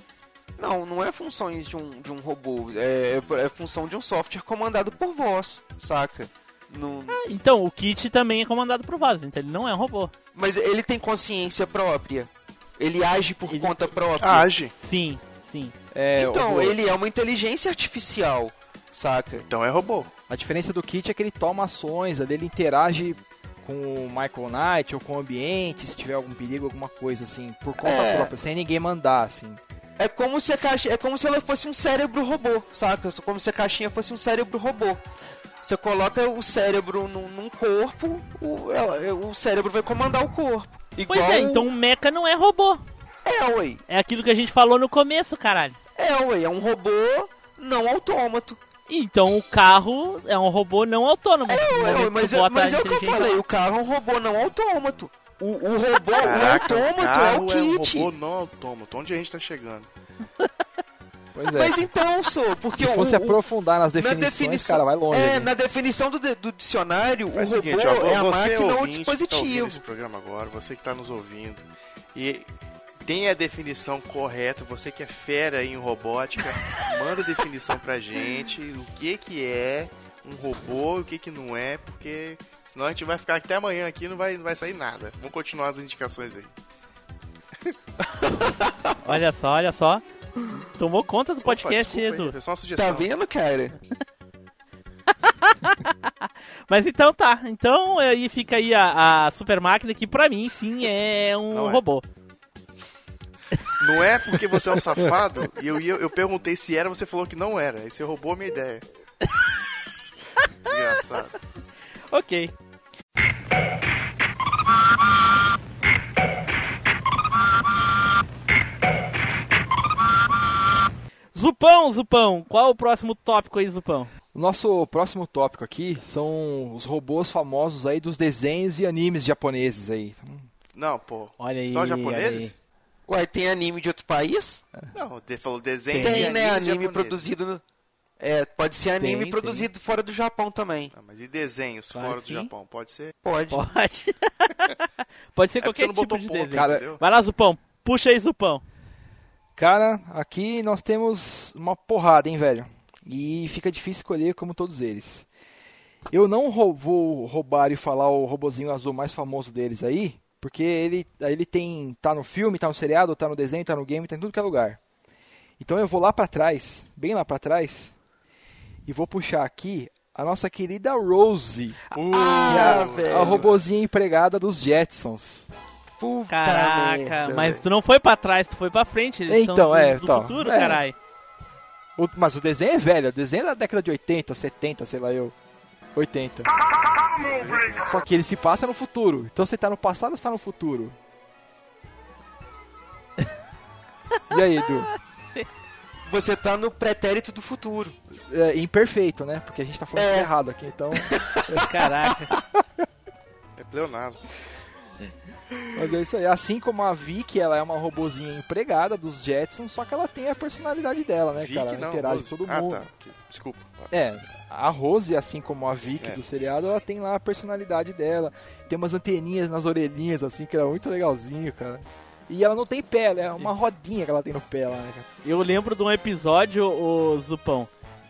Não, não é funções de um, de um robô, é, é função de um software comandado por voz, saca? Não... Então, o kit também é comandado por voz, então ele não é um robô. Mas ele tem consciência própria? Ele age por Ele- conta própria? Age. Sim, sim. É, Então, o- ele é uma inteligência artificial, saca? Então é robô. A diferença do Kit é que ele toma ações, ali ele interage com o Michael Knight ou com o ambiente, se tiver algum perigo, alguma coisa assim, por conta É. própria, sem ninguém mandar, assim. É como se a caixa, é como se ela fosse um cérebro robô, saca? Como se a caixinha fosse um cérebro robô. Você coloca o cérebro num, num corpo, o, ela- o cérebro vai comandar o corpo. Pois Igual é, então o mecha não é robô. É, ué. É aquilo que a gente falou no começo, caralho. É, ué. É um robô não autômato. Então o carro é um robô não autônomo. É, No ué, momento ué, mas, que tu é, bota mas a é o que eu inteligência falei. lá. O carro é um robô não autômato. O, o robô, Caraca, o o autômato carro é o é um kit. robô não autômato. Onde a gente tá chegando? Pois é. Mas então, sou, porque Se o, fosse o, aprofundar nas na definições, definição, cara, vai longe. É, ali. na definição do, de- do dicionário, Faz o o robô seguinte, ó, é a você máquina ou o ouvinte que tá ouvindo dispositivo. esse programa agora, você que tá nos ouvindo, e tem a definição correta, você que é fera em robótica, manda a definição pra gente, o que que é um robô, o que que não é, porque senão a gente vai ficar até amanhã aqui e não vai, não vai sair nada. Vamos continuar as indicações aí. Olha só, olha só. Tomou conta do podcast, Opa, desculpa aí, Edu. foi só uma sugestão. Tá vendo, cara? Mas então tá. Então aí fica aí a, a super máquina que pra mim sim é um Não é. robô. Não é porque você é um safado e eu, ia- eu perguntei se era, você falou que não era. Aí você roubou a minha ideia. Desgraçado. Ok. Zupão, Zupão, qual o próximo tópico aí, Zupão? O nosso próximo tópico aqui são os robôs famosos aí dos desenhos e animes japoneses aí. Não, pô. Olha aí. Só olha japoneses? Ué, tem anime de outro país? Não, ele falou desenho Tem, e né? Anime japonês. produzido no... É, pode ser anime Tem, produzido fora do Japão também. Ah, mas e desenhos Claro fora que do sim. Japão? Pode ser? Pode. Pode. Pode ser É porque qualquer você não tipo botou de ponto, desenho. Cara, entendeu? Vai lá, Zupão. Puxa aí, Zupão. Cara, aqui nós temos uma porrada, hein, velho? E fica difícil escolher como todos eles. Eu não rou- vou roubar e falar o robozinho azul mais famoso deles aí, porque ele, ele tem tá no filme, tá no seriado, tá no desenho, tá no game, tá em tudo que é lugar. Então eu vou lá pra trás, bem lá pra trás, e vou puxar aqui a nossa querida Rosie, Uh, que é a, velho. a robozinha empregada dos Jetsons. Puta Caraca, merda, mas velho. tu não foi pra trás, tu foi pra frente. Eles Então, são do, é, do então, futuro, é. caralho. O- mas o desenho é velho, o desenho é da década de oitenta, setenta, sei lá eu. oitenta. Só que ele se passa no futuro. Então você tá no passado ou você tá no futuro? E aí, Edu? Você tá no pretérito do futuro. É imperfeito, né? Porque a gente tá falando É. errado aqui, então. Caraca. É pleonasmo. Mas é isso aí. Assim como a Vicky, ela é uma robozinha empregada dos Jetsons, só que ela tem a personalidade dela, né, Vicky cara? Ela não, interage Rose. com todo Ah, mundo. tá. Ok, desculpa. É, a Rose, assim como a Vicky É. do seriado, ela tem lá a personalidade dela. Tem umas anteninhas nas orelhinhas, assim, que era muito legalzinho, cara. E ela não tem pé, ela é uma rodinha que ela tem no pé lá, né, cara? Eu lembro de um episódio, o Zupão,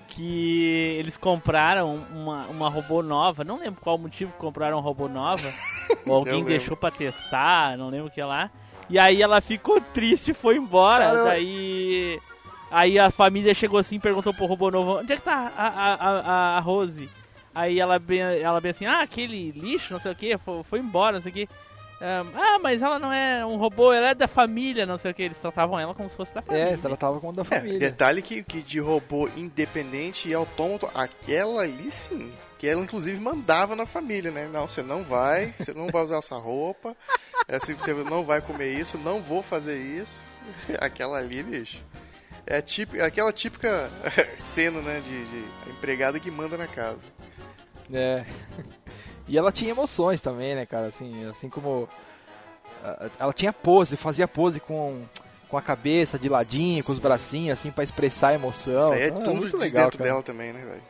que eles compraram uma, uma robô nova. Não lembro qual motivo que compraram uma robô nova. Ou alguém lembro. deixou pra testar, não lembro o que lá. E aí ela ficou triste e foi embora. Cara, eu- Daí. Aí a família chegou assim e perguntou pro robô novo: onde é que tá a, a, a, a Rose? Aí ela bem, ela bem assim: ah, aquele lixo, não sei o que, foi, foi embora, não sei o que. Ah, mas ela não é um robô, ela é da família, não sei o que. Eles tratavam ela como se fosse da família. É, ela tava com o da É, família. detalhe que, que de robô independente e autômato, aquela ali sim. Que ela inclusive mandava na família, né? Não, você não vai, você não vai usar essa roupa, é assim, você não vai comer isso, não vou fazer isso. Aquela ali, bicho. É a típica, aquela típica cena, né, de, de empregada que manda na casa. É. E ela tinha emoções também, né, cara? Assim, assim como. ah, Ela tinha pose, fazia pose com, com a cabeça de ladinho, com os bracinhos, assim, pra expressar a emoção. Isso aí é Então, tudo muito de legal, dentro cara. dela também, né, velho?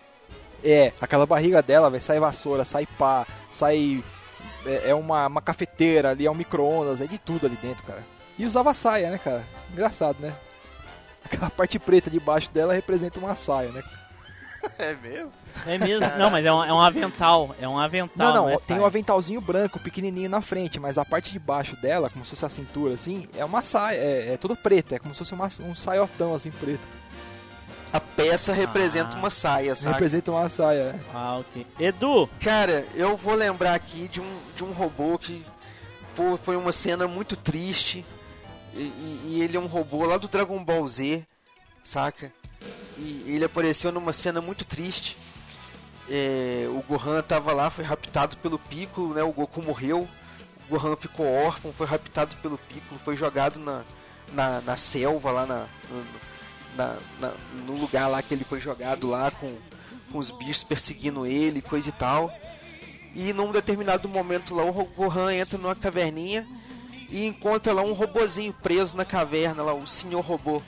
É, aquela barriga dela, vai sai vassoura, sai pá, sai. É, é uma, uma cafeteira ali, é um micro-ondas, é de tudo ali dentro, cara. E usava saia, né, cara? Engraçado, né? Aquela parte preta de baixo dela representa uma saia, né? É mesmo? É mesmo? Não, mas é um, é um avental. É um avental. Não, não, é tem saia. um aventalzinho branco, pequenininho na frente, mas a parte de baixo dela, como se fosse a cintura, assim, é uma saia, é, é tudo preta, é como se fosse uma, um saiotão, assim, preto. A peça representa Ah. uma saia, sabe? Representa uma saia, né? Ah, ok. Edu, Cara, eu vou lembrar aqui de um, de um robô que pô, foi uma cena muito triste. E, e- e ele é um robô lá do Dragon Ball Z, saca? E ele apareceu numa cena muito triste. É, o Gohan tava lá, foi raptado pelo Piccolo, né? O Goku morreu. O Gohan ficou órfão, foi raptado pelo Piccolo, foi jogado na, na, na selva, lá na, na, na- no lugar lá que ele foi jogado lá com, com os bichos perseguindo ele, coisa e tal. E num determinado momento lá, o Gohan entra numa caverninha e encontra lá um robozinho preso na caverna, lá, o senhor robô.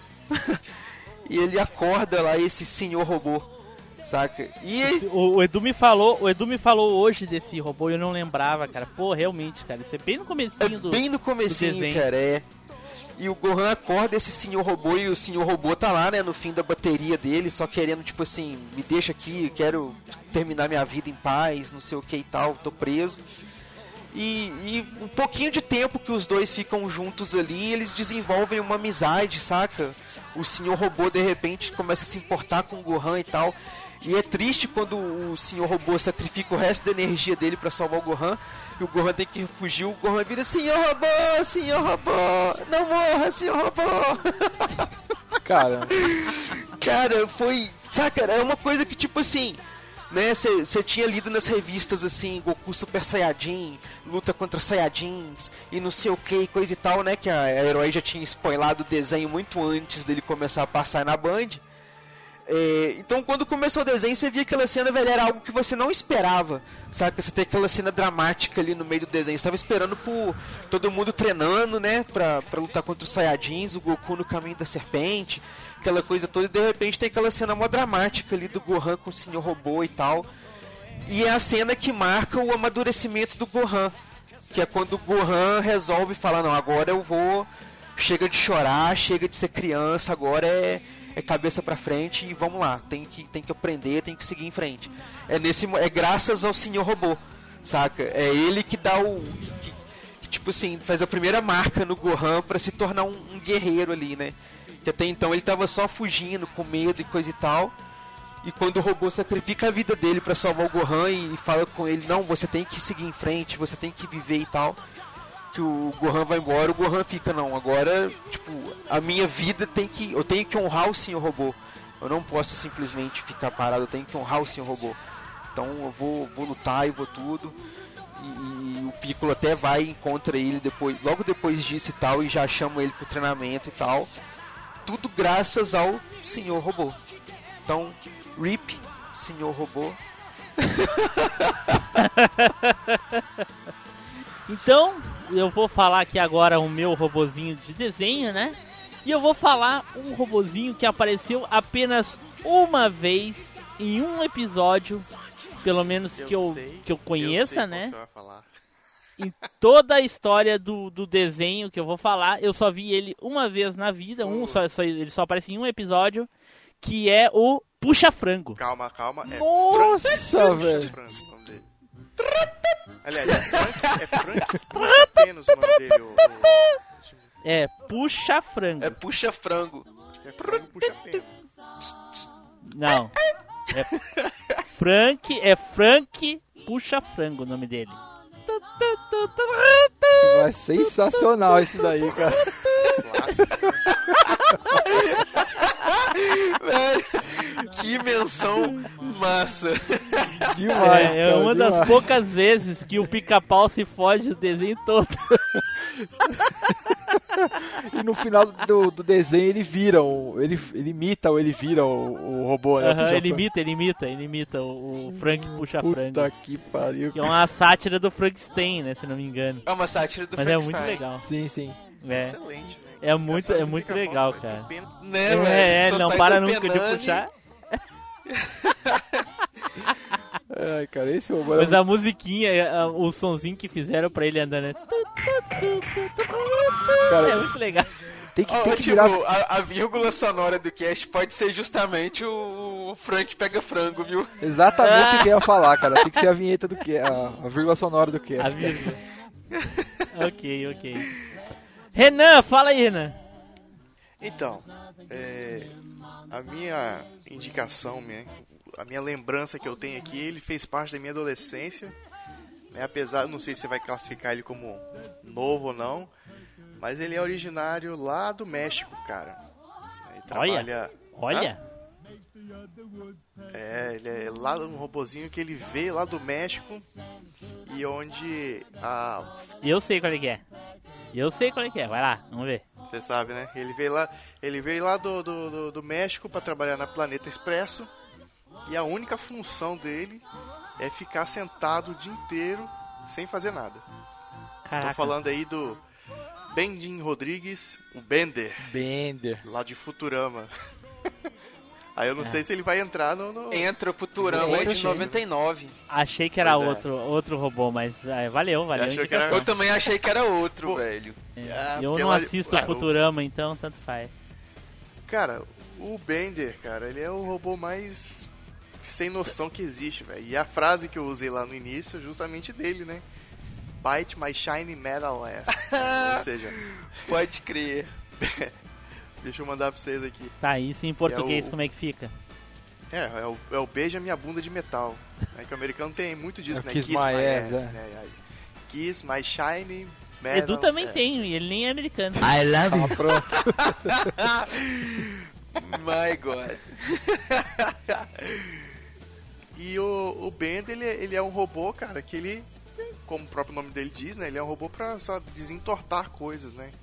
E ele acorda lá, esse senhor robô, saca? E Esse- o, o Edu me falou, o Edu me falou hoje desse robô e eu não lembrava, cara. Pô, realmente, cara, isso é bem no é comecinho do... bem no comecinho, desenho. cara, é. E o Gohan acorda esse senhor robô e o senhor robô tá lá, né, no fim da bateria dele, só querendo, tipo assim, me deixa aqui, quero terminar minha vida em paz, não sei o que e tal, tô preso. E, e um pouquinho de tempo que os dois ficam juntos ali, eles desenvolvem uma amizade, saca? O senhor robô de repente começa a se importar com o Gohan e tal. E é triste quando o senhor robô sacrifica o resto da energia dele pra salvar o Gohan. E o Gohan tem que fugir, o Gohan vira: senhor robô, senhor robô, não morra, senhor robô. Caramba. Cara, foi... Saca, é uma coisa que tipo assim... Né, você tinha lido nas revistas assim, Goku Super Saiyajin, luta contra Saiyajins e não sei o que, coisa e tal, né? Que a, a Herói já tinha spoilado o desenho muito antes dele começar a passar na Band. É, então quando começou o desenho, você via aquela cena, velho, era algo que você não esperava, saca? Você tem aquela cena dramática ali no meio do desenho, você tava esperando por todo mundo treinando, né? Pra, pra lutar contra os Saiyajins, o Goku no caminho da serpente, aquela coisa toda, e de repente tem aquela cena mó dramática ali do Gohan com o senhor robô e tal. E é a cena que marca o amadurecimento do Gohan, que é quando o Gohan resolve falar: não, agora eu vou, chega de chorar, chega de ser criança, agora é, é cabeça pra frente e vamos lá, tem que, tem que aprender, tem que seguir em frente. É, nesse, é graças ao senhor robô, saca? É ele que dá o... Que, que, que, tipo assim, faz a primeira marca no Gohan pra se tornar um, um guerreiro ali, né? Que até então ele tava só fugindo, com medo e coisa e tal. E quando o robô sacrifica a vida dele pra salvar o Gohan e, e fala com ele: não, você tem que seguir em frente, você tem que viver e tal. Que o Gohan vai embora, o Gohan fica: não, agora, tipo, a minha vida tem que... Eu tenho que honrar o senhor robô. Eu não posso simplesmente ficar parado, eu tenho que honrar o senhor robô. Então eu vou, vou lutar e vou tudo. E, e o Piccolo até vai e encontra ele depois, logo depois disso e tal, e já chama ele pro treinamento e tal. Tudo graças ao senhor robô. Então, R I P, senhor robô. Então, eu vou falar aqui agora o meu robozinho de desenho, né? E eu vou falar um robozinho que apareceu apenas uma vez em um episódio, pelo menos que eu, sei, que eu conheça, eu sei né? qual que você vai falar. Em toda a história do, do desenho que eu vou falar, eu só vi ele uma vez na vida, um, só, só, ele só aparece em um episódio, que é o Puxa Frango. Calma, calma. É Nossa, Frank velho. Frank, o nome dele. Aliás, é Frank, é Frank Puxa Apenas o nome dele. O, o, É, Puxa Frango. É puxa frango. é Frank Puxa Apenas. Não. É Frank, é Frank Puxa Frango o nome dele. Vai sensacional isso daí, cara. Clássico. Velho, que menção massa. Demais, É, é cara, uma das demais. poucas vezes que o pica-pau se foge do desenho todo. E no final do, do desenho ele vira, o, ele, ele imita ou ele vira o, o robô, né? Aham, Puxa ele Frango. imita, ele imita, ele imita o, o Frank Puxa Frango. Puta que pariu. Que é uma sátira do Frankenstein, né, se não me engano. É uma sátira do Mas é muito Frankenstein. legal. Sim, sim. É, Excelente, né? é muito, Engraçado é que o muito Pica-Pau legal, vai cara. ter pena. Né, É, velho? é, Só não sai para do nunca de Penani. puxar. Ai, cara, esse robô era Mas a musiquinha, a- o sonzinho que fizeram pra ele andando, né? Cara, É muito legal. Tem que, Ó, tem que tipo, virar. a, a vírgula sonora do cast pode ser justamente o, o Frank pega frango, viu? Exatamente o que eu ia falar, cara. Tem que ser a vinheta do que? A, a vírgula sonora do que? A vírgula. Ok, ok. Renan, fala aí, Renan. Então, é, a minha indicação, minha, a minha lembrança que eu tenho aqui, ele fez parte da minha adolescência, né? Apesar, não sei se você vai classificar ele como novo ou não, mas ele é originário lá do México, cara. Ele trabalha... Olha. É, ele é lá um robozinho que ele veio lá do México e onde a... Eu sei qual é que é. Eu sei qual é que é. Vai lá, vamos ver. Você sabe, né? Ele veio lá, ele veio lá do, do, do, do México para trabalhar na Planeta Expresso e a única função dele é ficar sentado o dia inteiro sem fazer nada. Caraca. Tô falando aí do Bending Rodrigues, o Bender, Bender. lá de Futurama. Aí eu não É. sei se ele vai entrar no... no... Entra o Futurama Entra, de sim. noventa e nove. Achei que era Pois é. outro, outro robô, mas é, valeu, valeu. a achou que era- indicação. Eu também achei que era outro, Pô. velho. Ah, Eu não pela- assisto Ah, o Futurama, então tanto faz. Cara, o Bender, cara, ele é o robô mais sem noção que existe, velho. E a frase que eu usei lá no início é justamente dele, né? Bite my shiny metal ass. Ou seja, Pode crer. deixa eu mandar pra vocês aqui. Tá, isso em português É o- como é que fica? É, é o, é o beija minha bunda de metal. É que o americano tem muito disso, É o né? kiss my ass, é. né? Aí, Kiss my shiny metal Edu também ass. tem, e ele nem é americano. I love you. Ah, pronto. My God. E o, o Bender, ele, é- ele é um robô, cara, que ele, como o próprio nome dele diz, né? Ele é um robô pra, sabe, desentortar coisas, né?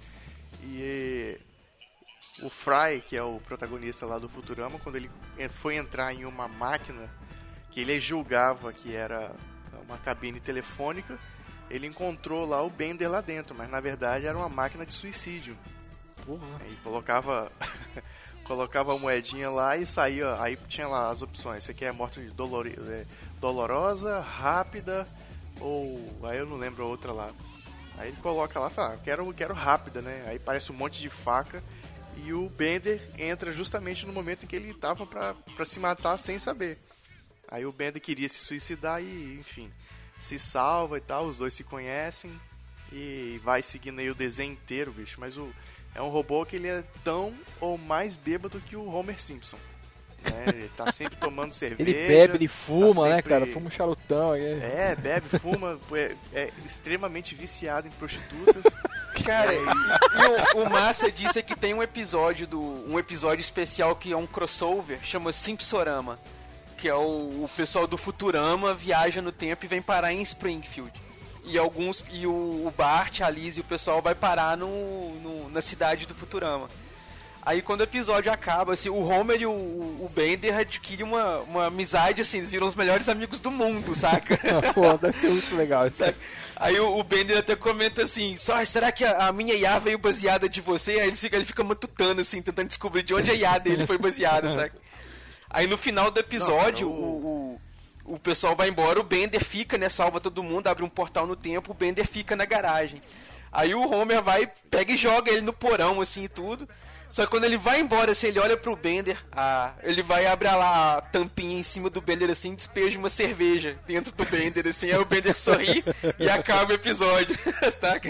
E o Fry, que é o protagonista lá do Futurama, quando ele foi entrar em uma máquina que ele julgava que era uma cabine telefônica, ele encontrou lá o Bender lá dentro, mas na verdade era uma máquina de suicídio. Aí colocava colocava a moedinha lá e saía, aí tinha lá as opções. Você quer morte dolori, é, dolorosa, rápida ou aí eu não lembro a outra lá. Aí ele coloca lá e fala, ah, eu quero, quero rápida, né? Aí parece um monte de faca e o Bender entra justamente no momento em que ele tava pra, pra se matar sem saber. Aí o Bender queria se suicidar e, enfim, se salva e tal, os dois se conhecem e vai seguindo aí o desenho inteiro, bicho. Mas o, é um robô que ele é tão ou mais bêbado que o Homer Simpson. Né? Ele tá sempre tomando cerveja. Ele bebe, ele fuma, tá né, sempre- cara? Fuma um charutão. aí. É, bebe, fuma, é, é extremamente viciado em prostitutas. Cara, e, e o, o massa disso é que tem um episódio do um episódio especial que é um crossover, chama Simpsorama, que é o, o pessoal do Futurama viaja no tempo e vem parar em Springfield. E alguns e o, o Bart, a Liz e o pessoal vai parar no, no- na cidade do Futurama. Aí quando o episódio acaba, assim, o Homer e o, o Bender adquirem uma, uma amizade, assim, eles viram os melhores amigos do mundo, saca? Pô, deve ser muito legal isso. Sabe? Aí o, o Bender até comenta assim, só, será que a, a minha I A veio baseada de você? Aí ele fica, ele fica matutando, assim, tentando descobrir de onde a I A dele foi baseada, sabe? Aí no final do episódio, Não, cara, o, o, o pessoal vai embora, o Bender fica, né, salva todo mundo, abre um portal no tempo, o Bender fica na garagem. Aí o Homer vai, pega e joga ele no porão, assim, e tudo. Só que quando ele vai embora, assim, ele olha pro Bender, ah, ele vai abrir lá a tampinha em cima do Bender, assim, despeja uma cerveja dentro do Bender, assim, aí o Bender sorri e acaba o episódio, tá?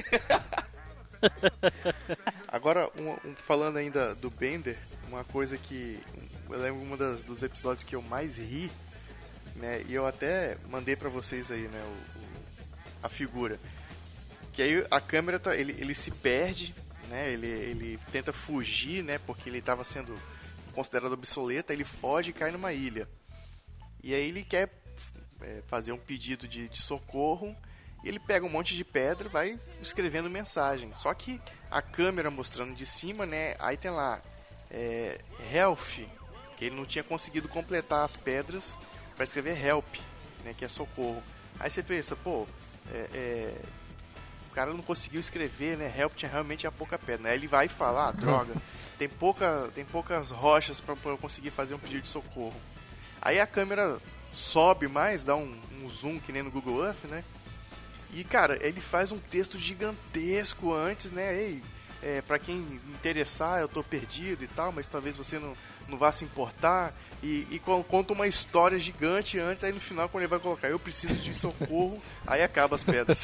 Agora, um, um- falando ainda do Bender, uma coisa que eu lembro um das, dos episódios que eu mais ri, né, e eu até mandei pra vocês aí, né, o, o- a figura. Que aí a câmera, tá, ele, ele se perde, né, ele, ele tenta fugir, né, porque ele estava sendo considerado obsoleto, aí ele foge e cai numa ilha. E aí ele quer é, fazer um pedido de, de socorro, e ele pega um monte de pedra e vai escrevendo mensagem. Só que a câmera mostrando de cima, né, aí tem lá, é, health, que ele não tinha conseguido completar as pedras para escrever help, né, que é socorro. Aí você pensa, pô, é, é, o cara não conseguiu escrever, né? Help tinha realmente a pouca pedra. Aí ele vai e fala, ah, droga, tem, pouca, tem poucas rochas pra, pra eu conseguir fazer um pedido de socorro. Aí a câmera sobe mais, dá um, um zoom que nem no Google Earth, né? E, cara, ele faz um texto gigantesco antes, né? Ei, é, pra quem interessar, eu tô perdido e tal, mas talvez você não, não vá se importar. E, e con- conta uma história gigante antes, aí no final, quando ele vai colocar, eu preciso de socorro, aí acaba as pedras.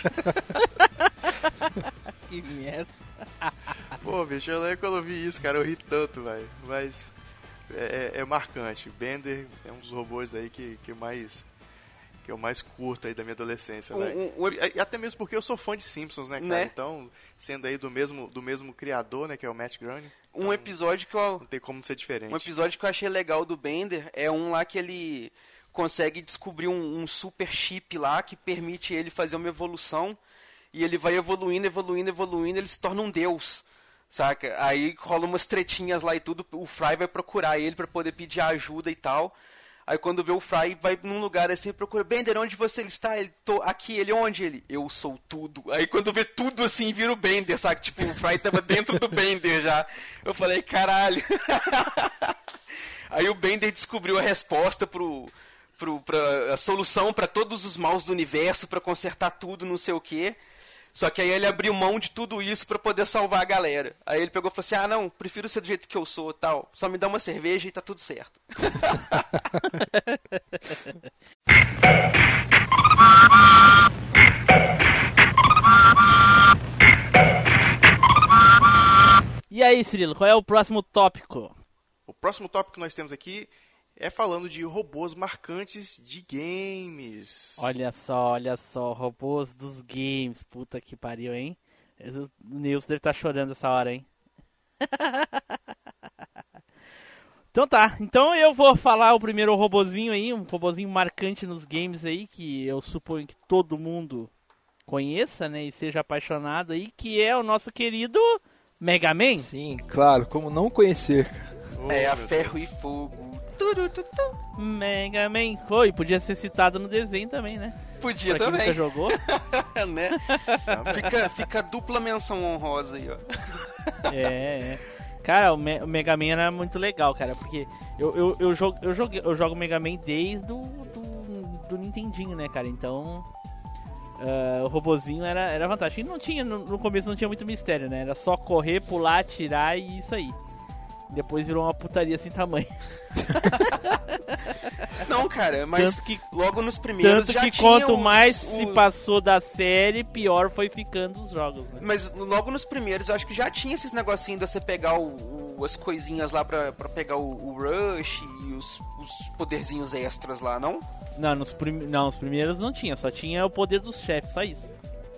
Que merda. Pô, bicho, eu lembro quando eu vi isso, cara, eu ri tanto, velho. Mas é, é- é marcante. Bender é um dos robôs aí que, que, eu mais, que eu mais curto aí da minha adolescência, Um- velho. um- um- E- e Até mesmo porque eu sou fã de Simpsons, né, cara? Né? Então, sendo aí do mesmo, do mesmo criador, né, que é o Matt Groening, Um episódio que eu, não tem como ser diferente. Um episódio que eu achei legal do Bender é um lá que ele consegue descobrir um, um super chip lá que permite ele fazer uma evolução e ele vai evoluindo, evoluindo, evoluindo, ele se torna um deus, saca? Aí rola umas tretinhas lá e tudo, o Fry vai procurar ele pra poder pedir ajuda e tal. Aí quando vê o Fry, vai num lugar assim, procura, Bender, onde você está? Ele, tô aqui, ele, onde ele? Eu sou tudo. Aí quando vê tudo assim, vira o Bender, sabe? Tipo, o Fry tava dentro do Bender já. Eu falei, caralho. Aí o Bender descobriu a resposta pro... pro pra, a solução pra todos os maus do universo, pra consertar tudo, não sei o quê. Só que aí ele abriu mão de tudo isso pra poder salvar a galera. Aí ele pegou e falou assim, ah não, prefiro ser do jeito que eu sou, tal. Só me dá uma cerveja e tá tudo certo. E aí, Cirilo, qual é o próximo tópico? O próximo tópico que nós temos aqui é falando de robôs marcantes de games. Olha só, olha só, robôs dos games, puta que pariu, hein? O Nilson deve estar chorando essa hora, hein? Então tá, então eu vou falar o primeiro robozinho aí, um robozinho marcante nos games aí, que eu suponho que todo mundo conheça, né, e seja apaixonado aí, que é o nosso querido Mega Man. Sim, claro, como não conhecer, cara. Oh, é a meu ferro Deus. e fogo. Turu, tu, tu. Mega Man, foi, podia ser citado no desenho também, né? Podia Pra quem também. nunca jogou. né? Fica, fica dupla menção honrosa aí, ó. É, é. Cara, o, Me- o Mega Man era muito legal, cara, porque eu, eu, eu, jogo, eu, joguei, eu jogo Mega Man desde do, do, do Nintendinho, né, cara? Então, uh, o robozinho era, era fantástico. E não tinha, no, no começo não tinha muito mistério, né? Era só correr, pular, atirar e isso aí. Depois virou uma putaria sem tamanho. Não, cara, mas Tanto que, logo nos primeiros tanto já que tinha quanto os- mais os- se passou da série, pior foi ficando os jogos, né? Mas logo nos primeiros eu acho que já tinha esses negocinhos de você pegar o, o- as coisinhas lá pra, pra pegar o, o Rush e os, os poderzinhos extras lá, não? Não, nos prim... não, nos primeiros não tinha, só tinha o poder dos chefes, só isso.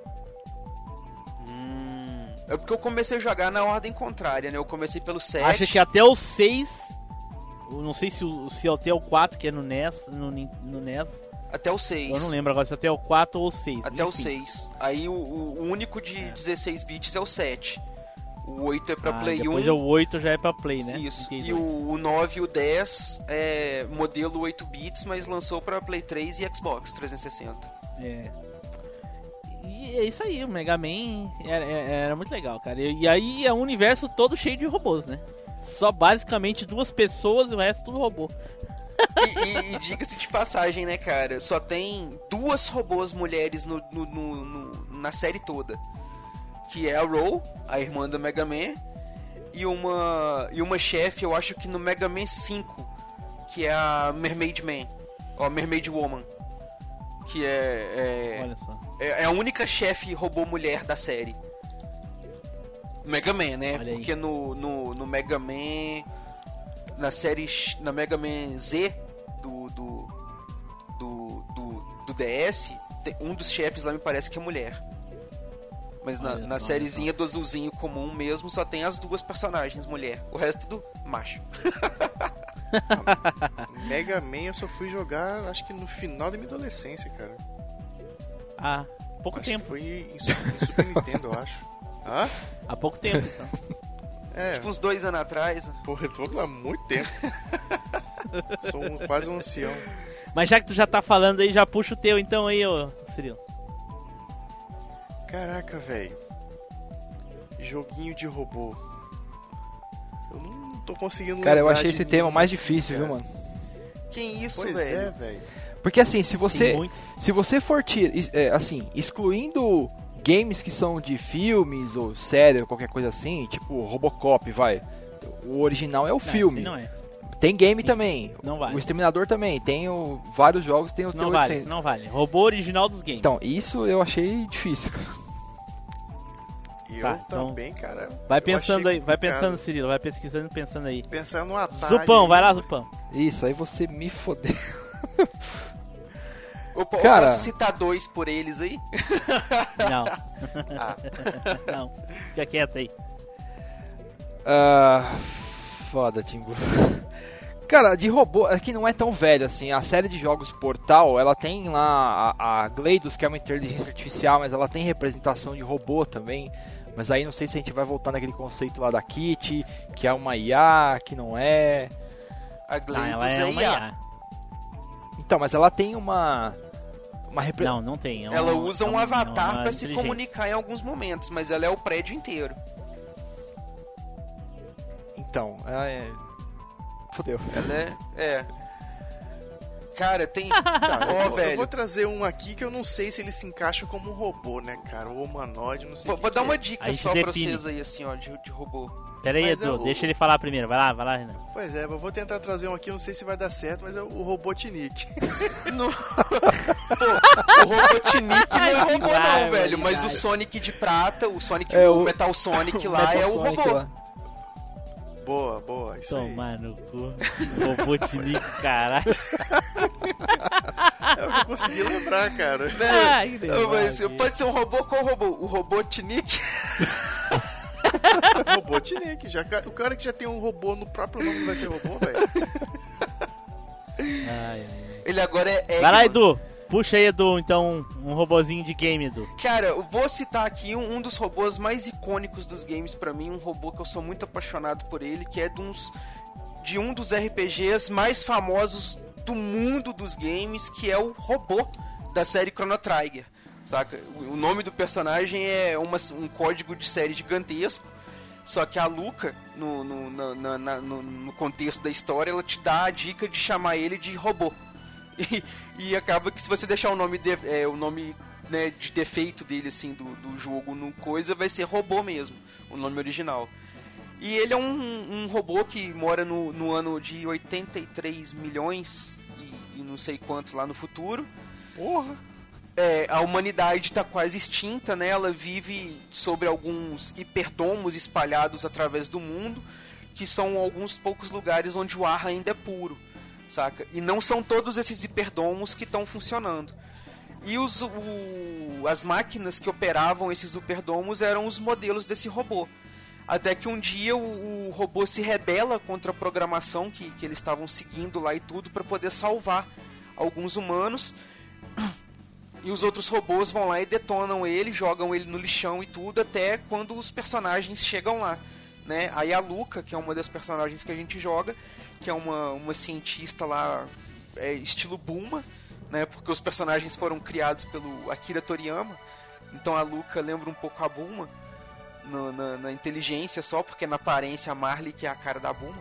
Hum. É porque eu comecei a jogar na ordem contrária, né? Eu comecei pelo sete. Acho que até o seis, eu não sei se, o, se até o quatro, que é no N E S, no, Nin- no N E S, Até o seis. eu não lembro agora se até o quatro ou o seis. Até o enfim. seis. Aí o, o único de dezesseis bits é o sete. O oito é pra Ah, Play depois um. é o oito já é pra Play, né? Isso. Entendi. E o, o nove e o dez é modelo oito bits, mas lançou pra Play três e Xbox trezentos e sessenta. É. E é isso aí, o Mega Man era, era- era muito legal, cara. E, e aí é um universo todo cheio de robôs, né? Só basicamente duas pessoas e o resto tudo robô. E, e- e diga-se de passagem, né, cara? Só tem duas robôs mulheres no, no- no- no- na série toda. Que é a Ro, a irmã do Mega Man, e uma, e uma chefe, eu acho que no Mega Man cinco, que é a Mermaid Man, ou a Mermaid Woman. Que é, é, Olha só. é, é a única chefe robô mulher da série. Mega Man, né? Olha aí. Porque no, no, no Mega Man, na série, X- na Mega Man Z do, do, do, do, do D S, tem- um dos chefes lá me parece que é mulher. Mas na, Olha na só, sériezinha do azulzinho comum mesmo, só tem as duas personagens mulher. O resto tudo macho. Mega Man eu só fui jogar, acho que no final da minha adolescência, cara. Ah, pouco Acho tempo. que foi em, Su- em Super Nintendo, eu acho. Hã? Há pouco tempo, então. É, Tipo uns dois anos atrás. porra, eu tô lá há muito tempo. Sou um- quase um ancião. Mas já que tu já tá falando aí, já puxa o teu então aí, ô Cirilo. Caraca, velho. Joguinho de robô. Eu não tô conseguindo Cara, eu lembrar achei de esse tema nenhum, mais difícil, cara. viu, mano? Que isso, Pois velho? é, velho. Porque assim, se você, Tem muitos. se você for tirar, é, assim, excluindo games que são de filmes ou série ou qualquer coisa assim, tipo Robocop, vai. O original é o Não, filme. esse não é. Tem game também. Não vale. O Exterminador também. Tem o, vários jogos, tem o Não T vale, oitocentos. não vale. Robô original dos games. Então, isso eu achei difícil, cara. E Tá, eu então, também, cara. vai eu pensando achei aí, vai complicado. pensando, Cirilo, vai pesquisando e pensando aí. Pensando no atalho. Zupão, vai lá, Zupão. Isso, aí você me fodeu. Eu, po- eu Cara. posso citar dois por eles aí? Não. Ah, Não. Fica quieto aí. Ah, foda, Timbu. Cara, de robô, é que não é tão velho assim. A série de jogos Portal, ela tem lá a, a GLaDOS, que é uma inteligência artificial, mas ela tem representação de robô também. Mas aí não sei se a gente vai voltar naquele conceito lá da Kitty, que é uma I A, que não é. a Ah, GLaDOS ela é é uma I I A. A. Então, mas ela tem uma... uma repre... Não, não tem. É um, Ela usa é um avatar é pra se inteligente. comunicar em alguns momentos, mas ela é o prédio inteiro. Então, ela é... Fodeu. Ela é... É... Cara, tem... Tá, Ó, eu, vou, eu velho. vou trazer um aqui que eu não sei se ele se encaixa como um robô, né, cara? Ou humanoide, não sei Vou, o que vou dar que uma é. dica A gente só pra define. vocês aí, assim, ó, de, de robô. Pera aí, Mas Edu, é o- deixa ele falar primeiro. Vai lá, vai lá, Renan. Pois é, eu vou tentar trazer um aqui, eu não sei se vai dar certo, mas é o Robotnik. No... Pô, o Robotnik não é robô Vai, não, velho. vai. Mas o Sonic de prata, o Sonic, É, o o- Metal Sonic o lá Metal é o Sonic robô. lá. Boa, boa, isso aí. Tomar no cu. Robotnik, caralho. Eu não consegui lembrar, cara. Ai, que Não, mas demais. pode ser um robô, qual robô? O Robotnik? Robotnik, já, o cara que já tem um robô no próprio nome vai ser robô, velho. Ai, ai. Ele agora é Eggman. Vai lá, Edu. Puxa aí, Edu, então, um robozinho de game, Edu. Cara, eu vou citar aqui um, um dos robôs mais icônicos dos games pra mim, um robô que eu sou muito apaixonado por ele, que é de, uns, de um dos R P Gs mais famosos do mundo dos games, que é o robô da série Chrono Trigger, saca? O nome do personagem é uma, um código de série gigantesco, só que a Luca, no, no, na- na- na- no, no contexto da história, ela te dá a dica de chamar ele de robô. E, e acaba que se você deixar o nome, de, é, o nome né, de defeito dele, assim, do, do jogo no coisa, vai ser robô mesmo, o nome original. E ele é um, um robô que mora no, no ano de oitenta e três milhões e, e não sei quanto lá no futuro. Porra. É, a humanidade está quase extinta, né? Ela vive sobre alguns hiperdomos espalhados através do mundo, que são alguns poucos lugares onde o ar ainda é puro, saca? E não são todos esses hiperdomos que estão funcionando. E os, o, as máquinas que operavam esses hiperdomos eram os modelos desse robô. Até que um dia o, o robô se rebela contra a programação que, que eles estavam seguindo lá e tudo para poder salvar alguns humanos. E os outros robôs vão lá e detonam ele, jogam ele no lixão e tudo, até quando os personagens chegam lá, né? Aí a Luca, que é uma das personagens que a gente joga, que é uma, uma cientista lá, é, estilo Bulma, né? Porque os personagens foram criados pelo Akira Toriyama, então a Luca lembra um pouco a Bulma, no, na, na inteligência só, porque na aparência a Marley que é a cara da Bulma.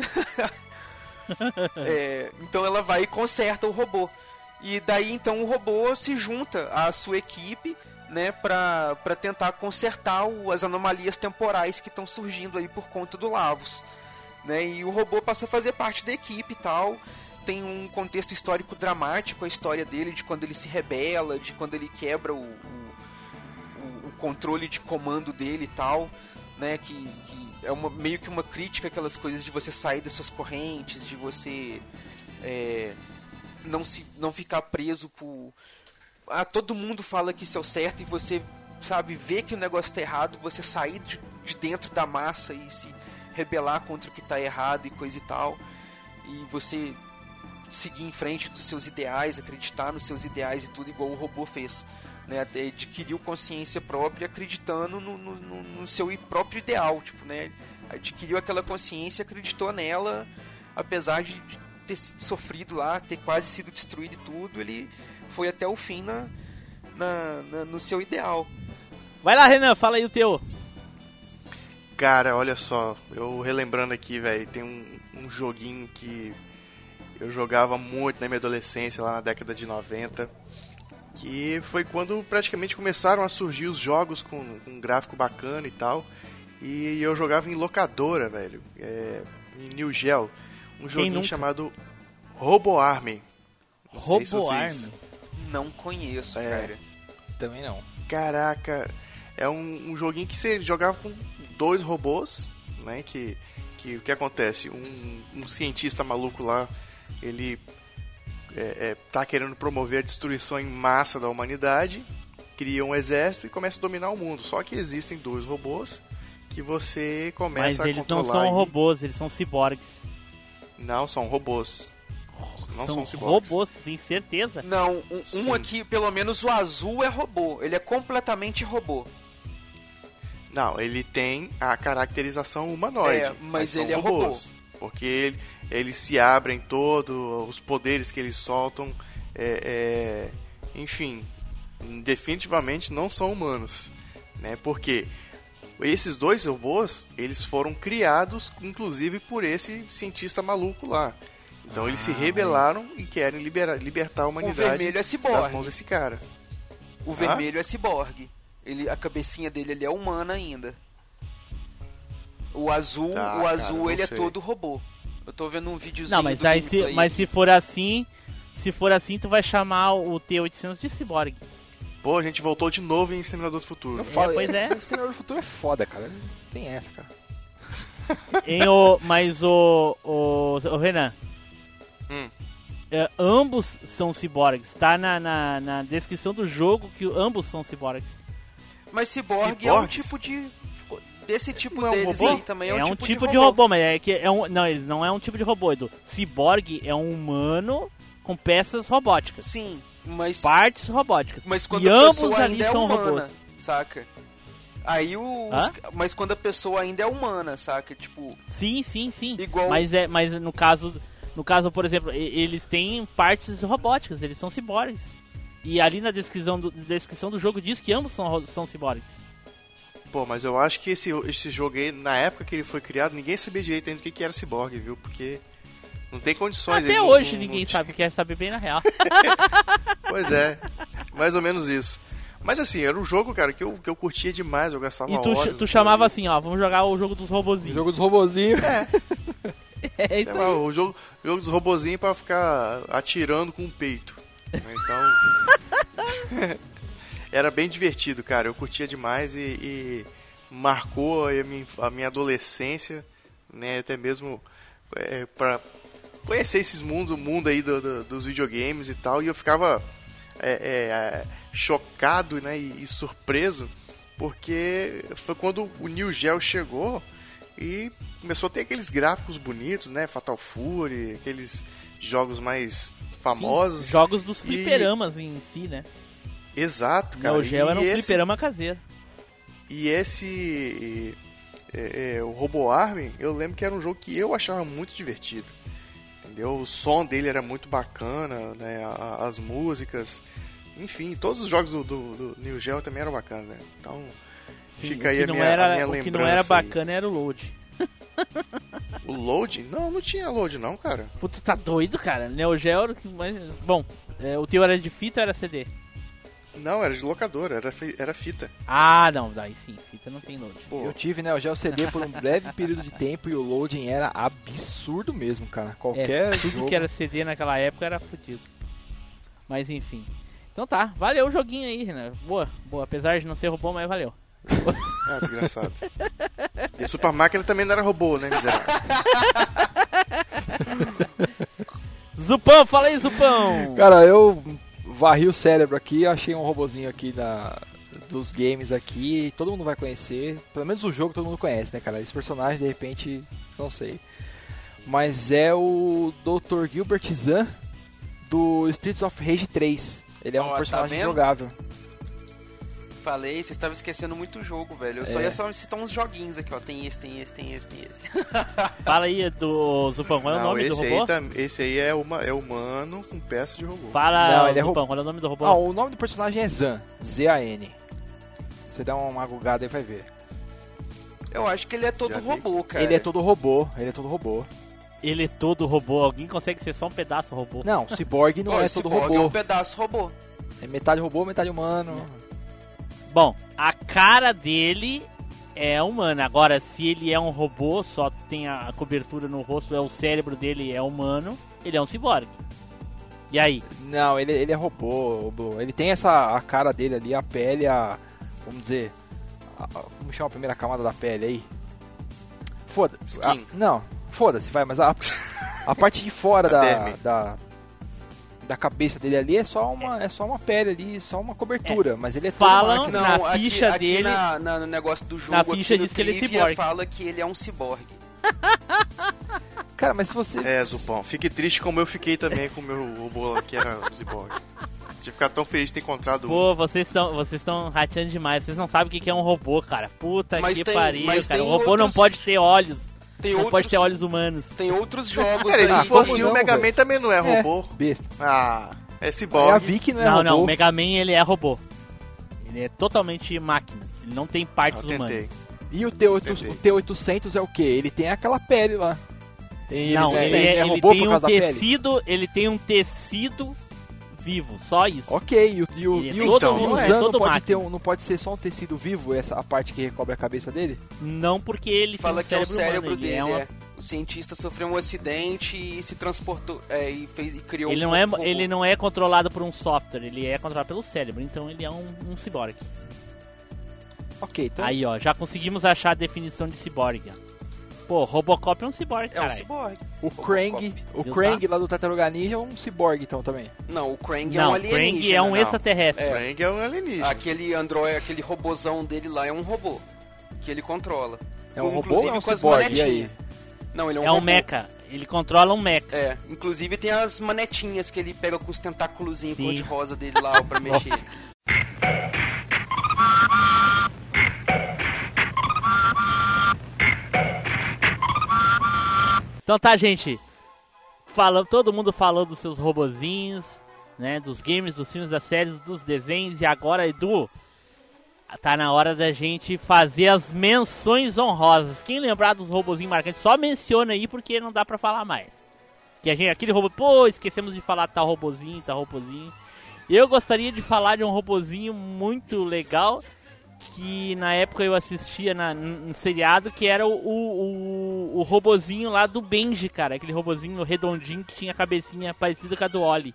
É, então ela vai e conserta o robô. E daí então o robô se junta à sua equipe, né, pra, pra tentar consertar o, as anomalias temporais que estão surgindo aí por conta do Lavos, né, e o robô passa a fazer parte da equipe e tal. Tem um contexto histórico dramático, a história dele, de quando ele se rebela, de quando ele quebra o, o, o, o controle de comando dele e tal, né, que, que é uma, meio que uma crítica àquelas coisas de você sair das suas correntes, de você é, não, se, não ficar preso por... Ah, todo mundo fala que isso é o certo e você, sabe, vê que o negócio tá errado, você sair de, de dentro da massa e se rebelar contra o que tá errado e coisa e tal, e você seguir em frente dos seus ideais, acreditar nos seus ideais e tudo, igual o robô fez, né? Até adquiriu consciência própria acreditando no, no, no, no seu próprio ideal, tipo, né? Adquiriu aquela consciência, acreditou nela, apesar de ter sofrido lá, ter quase sido destruído e tudo, ele foi até o fim na, na, na, no seu ideal. Vai lá, Renan, fala aí o teu. Cara, olha só, eu relembrando aqui, velho, tem um, um joguinho que eu jogava muito na minha adolescência, lá na década de noventa, que foi quando praticamente começaram a surgir os jogos com, com um gráfico bacana e tal, e eu jogava em locadora, velho, é, em New Geo, um joguinho nunca? chamado Robo Army. Não sei se Robo vocês- Army. Não conheço, É. cara. Também não. Caraca, é um, um joguinho que você jogava com dois robôs, né? Que, que o que acontece? Um, um cientista maluco lá, ele é, é, tá querendo promover a destruição em massa da humanidade, cria um exército e começa a dominar o mundo. Só que existem dois robôs que você Mas começa a eles não controlar. são e- robôs, eles são ciborgues. Não, são robôs. Não são, são ciborgues. robôs, tem certeza? Não, um, Sim. um aqui, pelo menos o azul é robô. Ele é completamente robô. Não, ele tem a caracterização humanoide. É, mas são ele é robôs. Porque ele, eles se abrem todo, os poderes que eles soltam, é, é, enfim, definitivamente não são humanos, né? Porque esses dois robôs, eles foram criados, inclusive, por esse cientista maluco lá. Então ah, eles se rebelaram e querem liberar, libertar a humanidade o vermelho é ciborgue. das mãos desse cara. O vermelho ah? é ciborgue. Ele, a cabecinha dele ele é humana ainda. O azul, tá, o azul cara, ele sei. é todo robô. Eu tô vendo um videozinho. Não, mas do aí se, gameplay. mas se for assim, se for assim, tu vai chamar o T oitocentos de ciborgue. Pô, a gente voltou de novo em Exterminador do Futuro. Eu falo, é, pois é. O Exterminador do Futuro é foda, cara. Tem essa, cara. Em o, mas o, o, o Renan, Hum. é, ambos são ciborgues. Tá na, na, na descrição do jogo que ambos são ciborgues. Mas ciborgue é um Ciborgues? tipo de... Desse tipo Não é um deles robô? aí também é, É um um tipo, tipo de de robô. robô, mas é que é um, não, ele não é um tipo de robô, Edu. Ciborgue é um humano com peças robóticas, Sim, mas... partes robóticas. Mas quando e a ambos pessoa ali ainda é são humana, robôs. saca? Aí o... Hã? Mas quando a pessoa ainda é humana, saca? Tipo... Sim, sim, sim. Igual- Mas é, mas no caso, no caso, por exemplo, e- eles têm partes robóticas, eles são ciborgues. E ali na descrição do, descrição do jogo diz que ambos são, ro- são ciborgues. Pô, mas eu acho que esse, esse jogo aí, na época que ele foi criado, ninguém sabia direito ainda o que, que era ciborgue, viu? Porque não tem condições. Até eles não- hoje não- ninguém não- sabe, quer saber bem na real. Pois é, mais ou menos isso. Mas assim, era um jogo, cara, que eu, que eu curtia demais, eu gastava E tu, horas. tu chamava assim, ó, vamos jogar o jogo dos robozinhos. O jogo dos robozinhos. É isso É, aí. o jogo, o jogo dos robozinhos pra ficar atirando com o peito. Né? Então. Era bem divertido, cara. Eu curtia demais e, e marcou a minha, a minha adolescência, né? Até mesmo é, pra conhecer esses mundos, o mundo aí do, do, dos videogames e tal. E eu ficava é, é, chocado, né? E, e surpreso, porque foi quando o Neo Geo chegou e começou a ter aqueles gráficos bonitos, né? Fatal Fury, aqueles jogos mais famosos. Sim, jogos dos E- fliperamas em si, né? Exato, cara. O Geo era um E esse- fliperama caseiro. E esse. É, é, o Robo Army, eu lembro que era um jogo que eu achava muito divertido. Entendeu? O som dele era muito bacana, né? A- As músicas. Enfim, todos os jogos do, do, do Neo Geo também eram bacanas, né? Então, Sim, fica o aí que a não minha, era, a minha o lembrança. que não era aí. bacana era o load. O load? Não, não tinha load não, cara. Puta, tá doido, cara. Neo Geo era o que mais... Bom, é, o teu era de fita ou era C D? Não, era de locadora, era, fi- era fita. Ah, não, daí sim, fita não tem load. Pô, Eu tive, né, o Geo C D por um breve período de tempo e o loading era absurdo mesmo, cara. Qualquer É, tudo jogo... que era C D naquela época era fodido. Mas enfim. Então tá, valeu o joguinho aí, Renan. Boa, boa. Apesar de não ser robô, mas valeu. ah, desgraçado. E a Super Máquina também não era robô, né, miserável? Zupão, fala aí, Zupão! Cara, eu varri o cérebro aqui, achei um robozinho aqui da, dos games aqui, todo mundo vai conhecer, pelo menos o jogo todo mundo conhece, né, cara? Esse personagem, de repente, não sei. Mas é o doutor Gilbert Zahn do Streets of Rage três. Ele é um Ó, tá personagem vendo? jogável. Falei, vocês estavam esquecendo muito o jogo, velho. Eu só É. ia só citar uns joguinhos aqui, ó. Tem esse, tem esse, tem esse, tem esse. Fala aí do Zupão, qual é o Não, nome do esse robô? aí, tam- esse aí é, uma, é humano com peça de robô. Fala, Não, ele é Zupão, robô. qual é o nome do robô? Ah, o nome do personagem é Zahn, Z A N. Você dá uma gugada e vai ver. Eu acho que ele é todo Já vi. robô, cara. Ele é todo robô, ele é todo robô. Ele é todo robô, alguém consegue ser só um pedaço robô? Não, o Cyborg não Ó, é esse todo Cyborg robô. é um pedaço robô. É metade robô, metade humano. Bom, a cara dele é humana. Agora, se ele é um robô, só tem a cobertura no rosto, é o cérebro dele é humano, ele é um ciborgue. E aí? Não, ele, ele é robô, robô. Ele tem essa a cara dele ali, a pele, a. Vamos dizer. A, a, como chama a primeira camada da pele aí? Foda-se. Skin. a- Não, foda-se, vai, mas a, a parte de fora A da, derme. da. Da cabeça dele ali é só uma, é só uma pele ali, só uma cobertura. Mas ele é todo Falam- máquina. Na aqui, ficha aqui dele- na, na- no negócio do jogo, na aqui ficha no diz que ele é trivia ciborgue. fala que ele é um ciborgue. Cara, mas se você. É, Zupão, fique triste como eu fiquei também com o meu robô lá, que era o Cyborg. De ficar tão feliz de ter encontrado um. Pô, vocês estão vocês estão rateando demais. Vocês não sabem o que que é um robô, cara. Puta Mas que tem- pariu, mas cara. tem O robô não outros- pode ter olhos. Tem Não outros, pode ter olhos humanos. tem outros jogos Cara, aí. se fosse como o não, Mega velho? Man também não é robô. Besta. Ah, é Aí a ciborgue. Vicky não é Não, robô. não, o Mega Man ele é robô. Ele é totalmente máquina. Ele não tem partes Eu humanas. tentei. E o T oito, Entendi. o T oitocentos é o quê? Ele tem aquela pele lá. Tem- Não, ele, ele, tem- é, ele é ele robô tem por um causa da pele? tecido, ele tem um tecido vivo, só isso. Ok, e o, e o, Ele é e o, todo- e o não é Zan não todo pode, máquina. ter um, não pode ser só um tecido vivo, essa a parte que recobre a cabeça dele? Não porque ele Fala tem que é um o cérebro, cérebro humano, ele dele, é uma- é. O cientista sofreu um acidente e se transportou é, e, fez, e criou Ele um não, é, robô. ele não é controlado por um software, ele é controlado pelo cérebro, então ele é um, um ciborgue. Ok, então... Aí, ó, já conseguimos achar a definição de ciborgue. ó. Pô, Robocop é um ciborgue, É um cara. ciborgue. o Krang, o Viu Krang só? lá do Tartaruga Ninja é um ciborgue então também. Não, o Krang é Não, um o alienígena. Krang é um não. extraterrestre. O Krang é um alienígena. Aquele android, aquele robozão dele lá é um robô que ele controla. É um robô Inclusive ou é um com as ciborgue? E aí? manetinhas. Não, ele é um É um robô. mecha. Ele controla um mecha. É, inclusive tem as manetinhas que ele pega com os tentáculozinhos Sim. cor-de-rosa dele lá ó, pra mexer. Então tá, gente. Fala, todo mundo falou dos seus robozinhos, né? Dos games, dos filmes, das séries, dos desenhos. E agora, Edu, tá na hora da gente fazer as menções honrosas. Quem lembrar dos robozinhos marcantes, só menciona aí porque não dá pra falar mais. Que a gente, aquele robô, pô, esquecemos de falar tal robozinho, tal robozinho. Eu gostaria de falar de um robozinho muito legal que na época eu assistia na, no seriado, que era o, o, o, o robozinho lá do Benji, cara. Aquele robozinho redondinho que tinha a cabecinha parecida com a do Oli.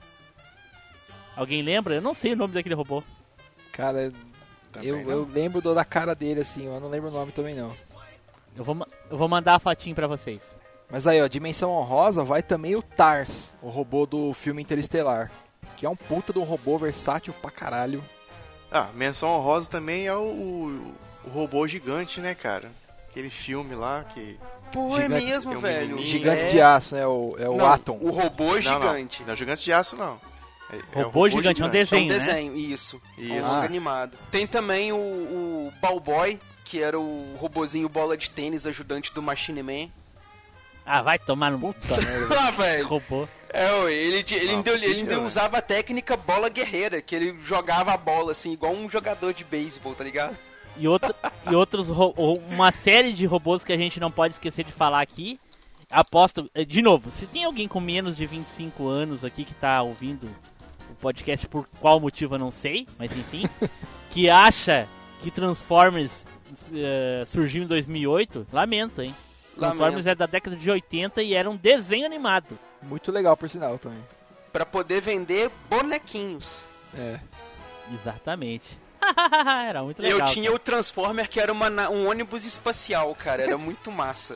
Alguém lembra? Eu não sei o nome daquele robô. Cara, Também eu, não. eu lembro do- da cara dele assim, eu não lembro o nome também não. Eu vou, ma- eu vou mandar a fotinho pra vocês. Mas aí, ó, dimensão honrosa vai também o Tars, o robô do filme Interestelar. Que é um puta de um robô versátil pra caralho. Ah, menção honrosa também é o, o, o robô gigante, né, cara? Aquele filme lá que... Pô, Gigantes- é mesmo, tem um velho. menininho. Gigantes É- de aço, né? O, é o Não, Atom. O robô Não, gigante. Não, não é gigante de aço, não. É, é o Robô gigante, é um É um desenho, né? desenho, isso. É um Isso. longa Ah. animado. Tem também o, o Ballboy, que era o robozinho bola de tênis, ajudante do Machine Man. Ah, vai tomar no Puta merda. Ah, velho. robô. É, ué, ele, ele, Ah, ainda, ele podia, ainda né? usava a técnica bola guerreira, que ele jogava a bola assim, igual um jogador de beisebol, tá ligado? E, outro, e outros, ro- uma série de robôs que a gente não pode esquecer de falar aqui. Aposto, eh, de novo, se tem alguém com menos de vinte e cinco anos aqui que tá ouvindo o podcast por qual motivo eu não sei, mas enfim, que acha que Transformers eh, surgiu em dois mil e oito, lamento, hein? Transformers Lamento. é da década de oitenta e era um desenho animado. Muito legal, por sinal, também. Pra poder vender bonequinhos. É. Exatamente. Era muito legal. Eu tinha cara. o Transformer que era uma, na- um ônibus espacial, cara, era muito massa.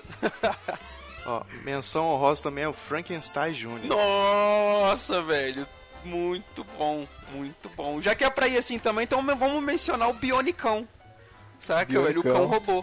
Ó, menção honrosa também é o Frankenstein Júnior Nossa, velho, muito bom, muito bom. Já que é pra ir assim também, então vamos mencionar o Bionicão. Saca, velho? O Bionicão. cão robô.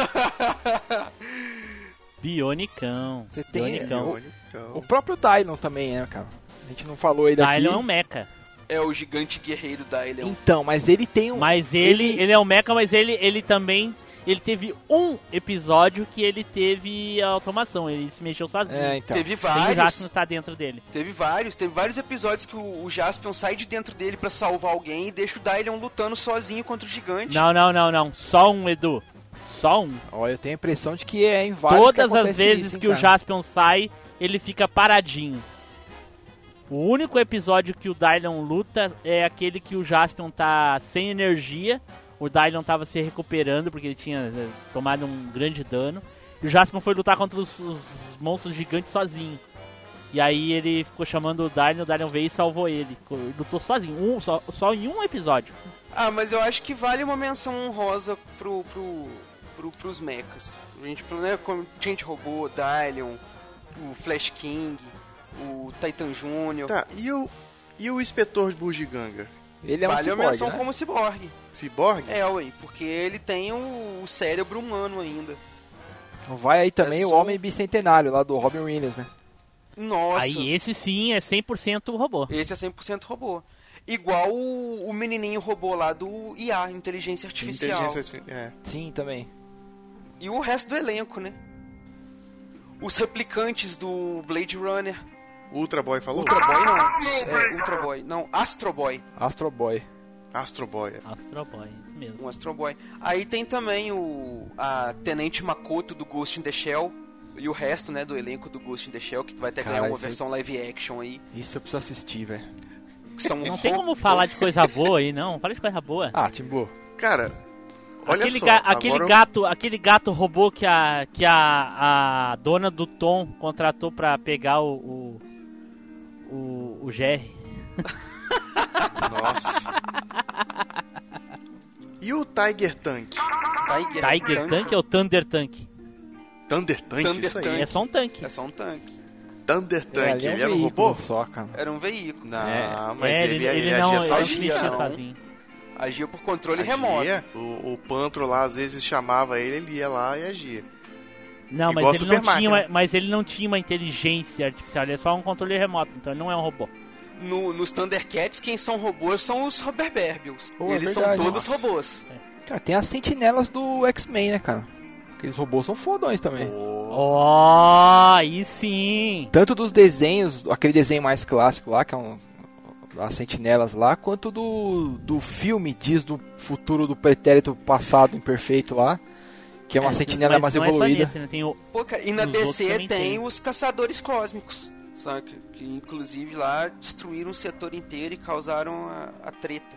Bionicão. Você tem- Bionicão. Bionicão. O próprio Dylon também, né, cara? A gente não falou ele aqui. Dylan é um mecha. É o gigante guerreiro da Alien. Então, mas ele tem um... Mas ele, Ele- ele é um mecha, mas ele, ele também. Ele teve um episódio que ele teve automação, ele se mexeu sozinho. É, então. Teve Sem o vários. Jaspion tá dentro dele. Teve vários, teve vários episódios que o, o Jaspion sai de dentro dele pra salvar alguém e deixa o Dylion lutando sozinho contra o gigante. Não, não, não, não. Só um, Edu. Só um. Ó, eu tenho a impressão de que é em vários que Todas as acontece vezes isso, hein, que o cara? Jaspion sai, ele fica paradinho. O único episódio que o Dylion luta é aquele que o Jaspion tá sem energia. O Dylion tava se recuperando porque ele tinha eh, tomado um grande dano. E o Jaspion foi lutar contra os, os monstros gigantes sozinho. E aí ele ficou chamando o Dylion, o Dylion veio e salvou ele. Ele lutou sozinho, um, só, só em um episódio. Ah, mas eu acho que vale uma menção honrosa pro, pro, pro, pros mechas. A gente, né, como Gente Robô, Dylion, o Flash King, o Titan Júnior. Tá, e o, e o Inspetor de Bugiganga? Ele é um vale a ciborgue, menção né? como ciborgue. Ciborgue? É, ué, porque ele tem o, o cérebro humano ainda. Então vai aí também É o só- Homem Bicentenário, lá do Robin Williams, né? Nossa, Aí esse sim é cem por cento robô. esse é cem por cento robô. Igual o, o menininho robô lá do I A, Inteligência Artificial. Inteligência artificial. É. Sim, também. E o resto do elenco, né? Os replicantes do Blade Runner. Ultra Boy falou? Ultra Boy não. É, Ultra Boy. Não, Astro Boy. Astro Boy. Astro Boy. Astro Boy, isso mesmo. Um Astro Boy. Aí tem também o a Tenente Makoto do Ghost in the Shell. E o resto, né, do elenco do Ghost in the Shell, que vai ter que Cara, ganhar uma isso aí- versão live action aí. Isso eu preciso assistir, velho. Que são Não tem como falar de coisa boa aí, não. Fala de coisa boa. Ah, Timbu. Cara, olha aquele só. ga- aquele agora eu- gato, aquele gato robô que a que a, a dona do Tom contratou pra pegar o o, o, o Jerry. Nossa. E o Tiger Tank? Tiger, Tiger Tank ou Thunder Tank? Thunder Tank, Thunder isso aí. Tank. É só um tanque. É só um tanque. Thunder Tank, ali é ele era um veículo robô? só, cara. Era um veículo. Não, É, mas é, ele, ele, não, agia ele sozinho. mexia não. sozinho. Agia por controle Agia, remoto. O, o Pantro lá às vezes chamava ele, ele ia lá e agia. Não, Igual mas a ele não Super tinha, Máquina. mas ele não tinha uma inteligência artificial, ele é só um controle remoto, então ele não é um robô. No, nos Thundercats, quem são robôs são os Roberberbios. Pô, é Eles verdade. são todos Nossa. robôs. Cara, tem as sentinelas do X-Men, né, cara? Aqueles robôs são fodões também. Ó, aí sim. Tanto dos desenhos, aquele desenho mais clássico lá, que é um, as sentinelas lá, quanto do, do filme Dias do Futuro do Pretérito Passado Imperfeito lá, que é uma É, sentinela mas mais não é só evoluída. nesse, né? Tem o... Pô, cara, e na Nos D outros C também tem, tem. os Caçadores Cósmicos, sabe? Que inclusive lá destruíram o setor inteiro e causaram a, a treta.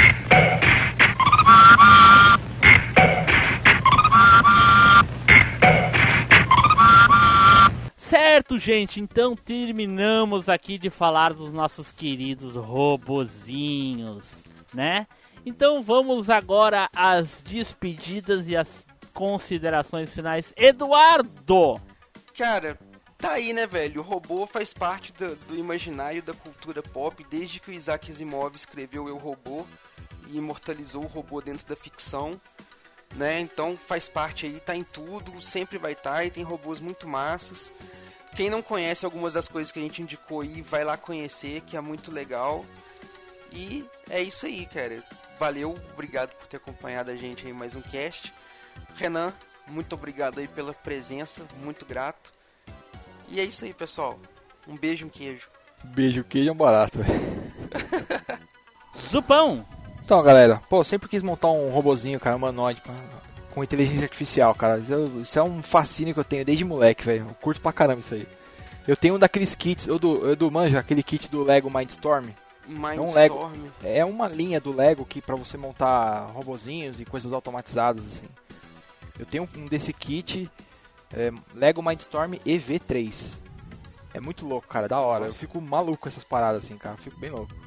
Certo, gente, então terminamos aqui de falar dos nossos queridos robozinhos, né? Então vamos agora às despedidas e às considerações finais. Eduardo! Cara, tá aí, né, velho? O robô faz parte do, do imaginário da cultura pop desde que o Isaac Asimov escreveu Eu, Robô e imortalizou o robô dentro da ficção, né? Então faz parte aí, tá em tudo, sempre vai estar, e tem robôs muito massas. Quem não conhece algumas das coisas que a gente indicou aí, vai lá conhecer, que é muito legal. E é isso aí, cara. Valeu, obrigado por ter acompanhado a gente aí em mais um cast. Renan, muito obrigado aí pela presença, muito grato. E é isso aí, pessoal. Um beijo, um queijo. Beijo, queijo é um barato, velho. Zupão! Então, galera, pô, eu sempre quis montar um robozinho, cara, humanoide, pra- com inteligência artificial, cara. Isso, isso é um fascínio que eu tenho desde moleque, velho. Eu curto pra caramba isso aí. Eu tenho um daqueles kits, eu do, eu do Manja, aquele kit do Lego Mindstorm. um Lego. Mindstorm. É uma linha do Lego que pra você montar robozinhos e coisas automatizadas, assim. Eu tenho um desse kit, é, Lego Mindstorm E V três. É muito louco, cara, da hora. Eu fico maluco com essas paradas, assim, cara. Eu fico bem louco.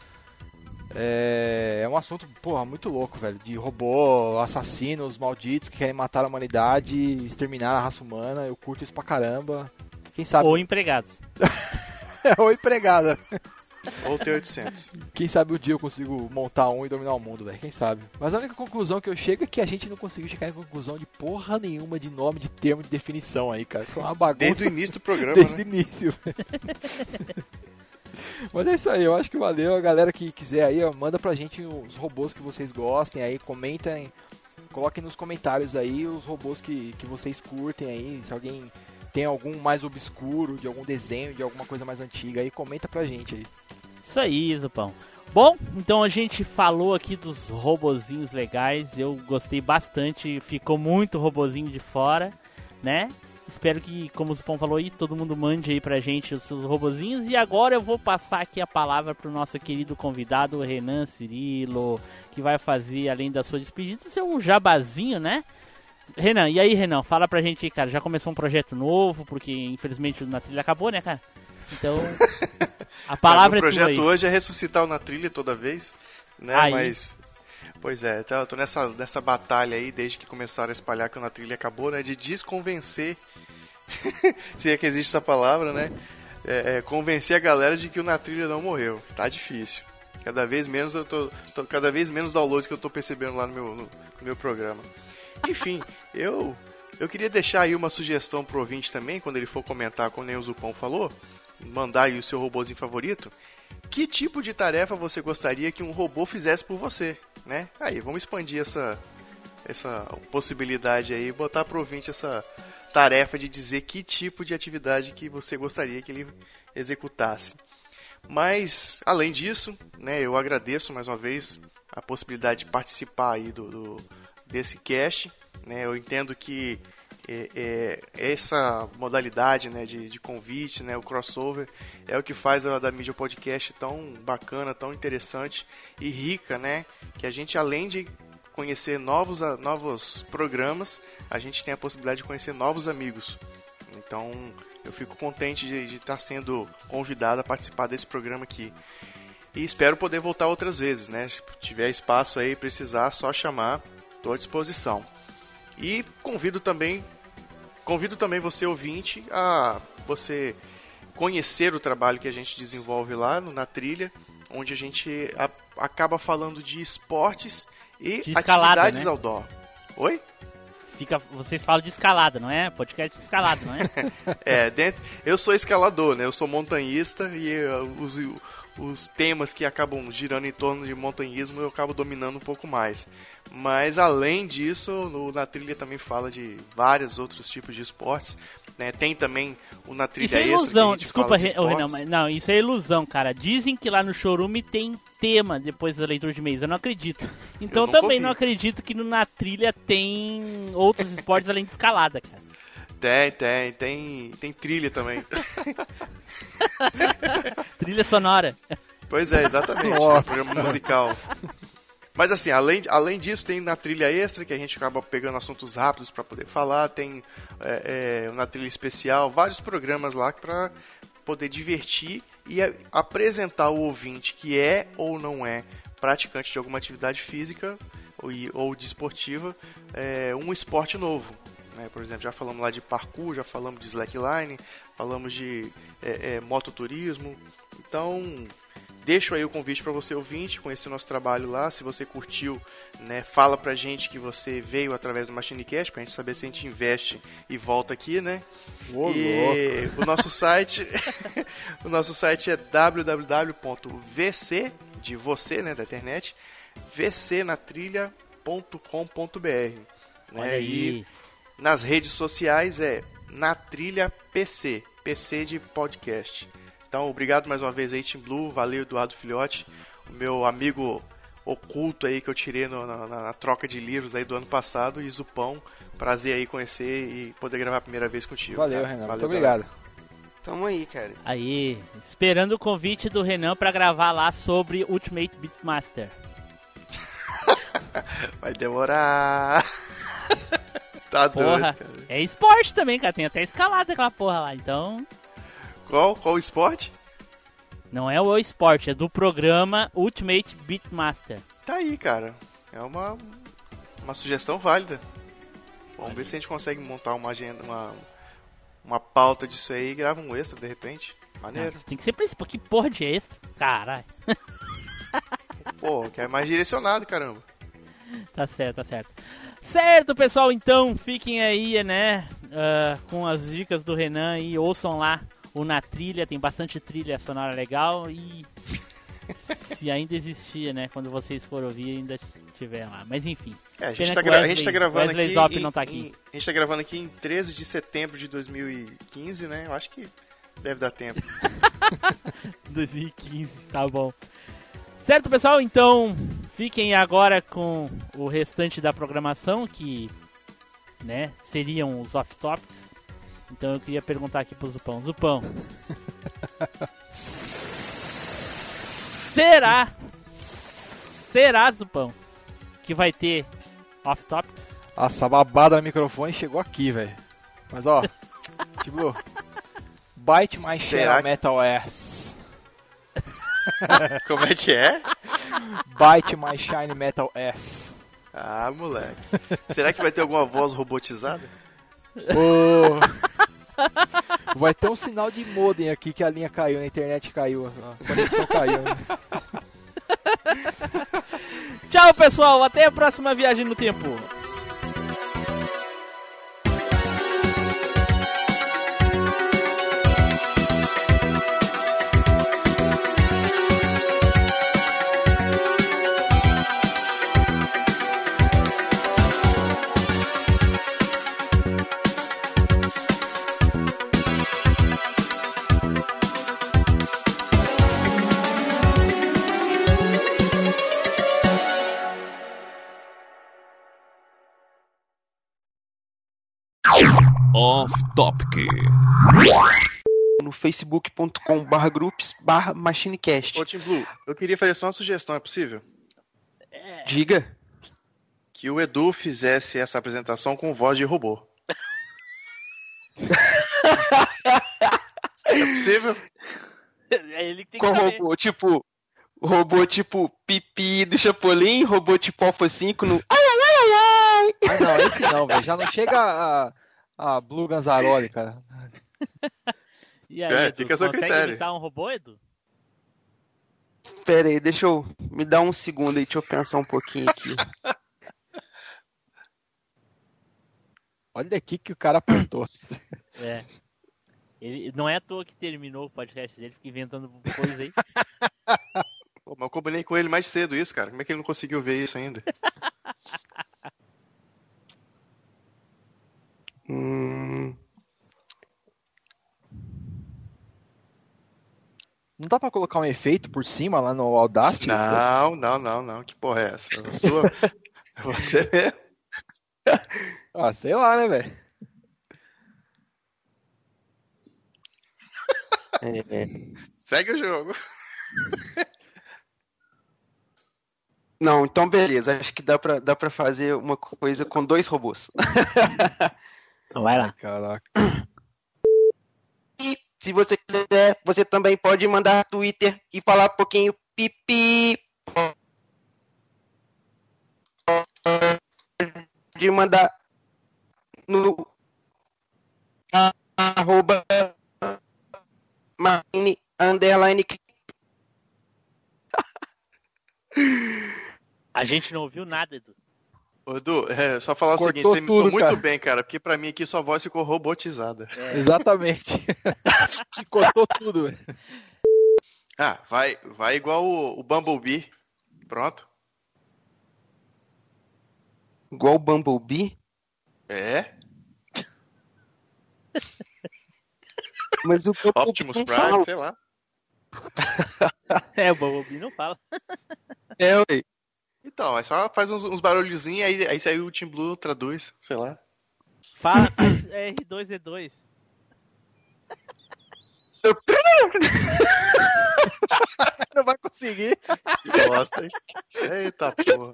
É, é um assunto, porra, muito louco, velho. De robô, assassinos, malditos que querem matar a humanidade, exterminar a raça humana. Eu curto isso pra caramba. Quem sabe... Ou empregados. Ou empregada. Ou T oitocentos. Quem sabe o dia eu consigo montar um e dominar o mundo, velho. Quem sabe? Mas a única conclusão que eu chego é que a gente não conseguiu chegar em conclusão de porra nenhuma de nome, de termo, de definição aí, cara. Foi uma bagunça. Desde o início do programa, Desde né? o início. Mas é isso aí, eu acho que valeu. A galera que quiser aí, ó, manda pra gente os robôs que vocês gostem aí, comentem, coloquem nos comentários aí os robôs que, que vocês curtem aí. Se alguém tem algum mais obscuro, de algum desenho, de alguma coisa mais antiga aí, comenta pra gente aí. Isso aí, Zupão. Bom, então a gente falou aqui dos robozinhos legais, eu gostei bastante, ficou muito robozinho de fora, né? Espero que, como o Zupão falou aí, todo mundo mande aí pra gente os seus robozinhos. E agora eu vou passar aqui a palavra pro nosso querido convidado, Renan Cirilo, que vai fazer, além da sua despedida, o seu jabazinho, né? Renan, e aí, Renan, fala pra gente aí, cara, já começou um projeto novo, porque infelizmente o Na Trilha acabou, né, cara? Então, a palavra o meu é tua aí. projeto hoje é ressuscitar o Na Trilha toda vez, né? Aí. Mas, pois é, tá, eu tô nessa, nessa batalha aí, desde que começaram a espalhar que o Na Trilha acabou, né? De desconvencer, se é que existe essa palavra, né? É, é, convencer a galera de que o Na Trilha não morreu. Tá difícil. Cada vez menos eu tô, tô cada vez menos downloads que eu tô percebendo lá no meu, no, no meu programa. Enfim, eu eu queria deixar aí uma sugestão pro ouvinte também, quando ele for comentar, como nem o Zupão falou, mandar aí o seu robozinho favorito. Que tipo de tarefa você gostaria que um robô fizesse por você, né? Aí, vamos expandir essa essa possibilidade aí, botar pro ouvinte essa tarefa de dizer que tipo de atividade que você gostaria que ele executasse. Mas, além disso, né, eu agradeço mais uma vez a possibilidade de participar aí do, do, desse cast. Né, eu entendo que é, é, essa modalidade, né, de, de convite, né, o crossover, é o que faz a da mídia podcast tão bacana, tão interessante e rica, né, que a gente, além de conhecer novos, novos programas, a gente tem a possibilidade de conhecer novos amigos. Então, eu fico contente de, de estar sendo convidado a participar desse programa aqui. E espero poder voltar outras vezes, né? Se tiver espaço aí, precisar, só chamar, estou à disposição. E convido também, convido também você, ouvinte, a você conhecer o trabalho que a gente desenvolve lá no, na trilha, onde a gente a, acaba falando de esportes e de escalada, atividades né? outdoor. Oi? Fica, vocês falam de escalada, não é? Podcast de escalada, não é? É, dentro, eu sou escalador, né? Eu sou montanhista e uh, os, os temas que acabam girando em torno de montanhismo eu acabo dominando um pouco mais. Mas além disso, no, na trilha também fala de vários outros tipos de esportes. Né? Tem também o na trilha isso é extra. ilusão, Que a gente desculpa, fala de Re- oh, Renan, esportes. mas não, isso é ilusão, cara. Dizem que lá no Chorume tem tema depois da leitura de e-mails. Eu não acredito. Então Eu nunca também ouvi. não acredito que no, na trilha tem outros esportes além de escalada, cara. Tem, tem, tem, tem trilha também. Trilha sonora. Pois é, exatamente. Nossa. Programa musical. Mas assim, além, além disso, tem na trilha extra, que a gente acaba pegando assuntos rápidos para poder falar, tem é, é, na trilha especial, vários programas lá para poder divertir e a, apresentar o ouvinte que é ou não é praticante de alguma atividade física ou, ou desportiva, é, um esporte novo. Né? Por exemplo, já falamos lá de parkour, já falamos de slackline, falamos de é, é, mototurismo. Então, deixo aí o convite para você ouvinte, conhecer o nosso trabalho lá. Se você curtiu, né, fala pra gente que você veio através do MachineCast, pra gente saber se a gente investe e volta aqui, né? Ô, e louco. o nosso site, o nosso site é w w w ponto v c de você, né, da internet, v c na trilha ponto com ponto b r. Né? Olha aí. E nas redes sociais é na trilha P C, P C de podcast. Então, obrigado mais uma vez aí, Team Blue. Valeu, Eduardo Filhote, o meu amigo oculto aí que eu tirei no, na, na troca de livros aí do ano passado. E Zupão, prazer aí conhecer e poder gravar a primeira vez contigo. Valeu, cara. Renan. Valeu, Muito obrigado. Tamo aí, cara. Aí, esperando o convite do Renan pra gravar lá sobre Ultimate Beatmaster. galera. Vai demorar. Tá Porra, doido, cara. é esporte também, cara. Tem até escalada aquela porra lá. Então, Qual, qual esporte? não é o esporte, é do programa Ultimate Beatmaster. Tá aí, cara. É uma, uma sugestão válida. Vamos ver se a gente consegue montar uma agenda, uma, uma pauta disso aí e grava um extra de repente. Maneiro. Ah, tem que ser principal. Que porra de extra? Caralho. Pô, que é mais direcionado, caramba. Tá certo, tá certo. Certo, pessoal, então fiquem aí, né, uh, com as dicas do Renan e ouçam lá o Na Trilha, tem bastante trilha sonora legal e se ainda existia, né, quando vocês forem ouvir ainda tiver lá, mas enfim. É, a gente, Pena tá que gra- Wesley- a gente tá gravando Wesley aqui, Zop em, não tá aqui. em- a gente tá gravando aqui em treze de setembro de dois mil e quinze, né? Eu acho que deve dar tempo. dois mil e quinze, tá bom. Certo, pessoal, então fiquem agora com o restante da programação, que, né, seriam os off-topics. Então eu queria perguntar aqui pro Zupão. Zupão. Será, será, Zupão, que vai ter off-topics? Essa babada no microfone chegou aqui, velho. Mas ó, tipo, bite my Será share que- metal ass. Como é que é? Bite my shine metal ass. Ah, moleque. Será que vai ter alguma voz robotizada? Ô, vai ter um sinal de modem aqui que a linha caiu, a internet caiu, a conexão caiu. Né? Tchau, pessoal. Até a próxima viagem no tempo. Off Topic. No facebook ponto com barra groups barra machinecast. Ô, Tim Blue, eu queria fazer só uma sugestão, é possível? Diga. Que o Edu fizesse essa apresentação com voz de robô. É possível? É ele que tem que Qual saber. robô? Tipo, robô tipo Pipi do Chapolin, robô tipo Alpha cinco no... Ai, ai, ai, ai, ai. Ah, não, esse não, velho. Já não chega a, a Blue Ganzaroli, cara. E aí, É, Edu, fica a seu consegue critério. imitar um robô, Edu? Pera aí, deixa eu... Me dar um segundo aí, deixa eu pensar um pouquinho aqui. Olha aqui que o cara apontou. É. Ele, não é à toa que terminou o podcast dele, fica inventando coisa aí. Pô, mas eu combinei com ele mais cedo isso, cara. Como é que ele não conseguiu ver isso ainda? Hum... Não dá pra colocar um efeito por cima lá no Audacity? Não, não, não, não. Que porra é essa? A sua... Você mesmo. Ah, sei lá, né, velho? É... Segue o jogo. Não, então beleza. Acho que dá pra, dá pra fazer uma coisa com dois robôs. Então vai lá. Caraca. E se você quiser, você também pode mandar Twitter e falar um pouquinho pipi. De mandar no arroba machine underline. A gente não ouviu nada, Edu. Ô, Edu, é, só falar Cortou o seguinte, você imitou tudo, muito cara. bem, cara, porque pra mim aqui sua voz ficou robotizada. Exatamente. Cortou tudo, velho. Ah, vai, vai igual o, o Bumblebee. Pronto. Igual o Bumblebee? É. Mas o Bumblebee Optimus não Prime, fala. sei lá. É, o Bumblebee não fala. É, ué. Então, é só faz uns, uns barulhozinhos, aí, aí saiu o Team Blue, traduz, sei lá. Fala, faz R dois D dois. Não vai conseguir. Que bosta, hein? Eita porra.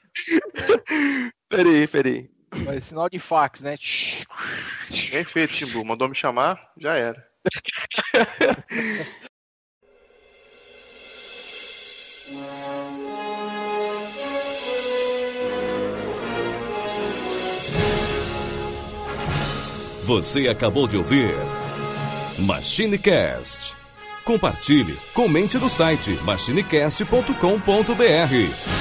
Peraí, peraí. Mas sinal de fax, né? Bem feito, Team Blue. Mandou me chamar, já era. Você acabou de ouvir MachineCast. Compartilhe, comente no site machinecast ponto com ponto br.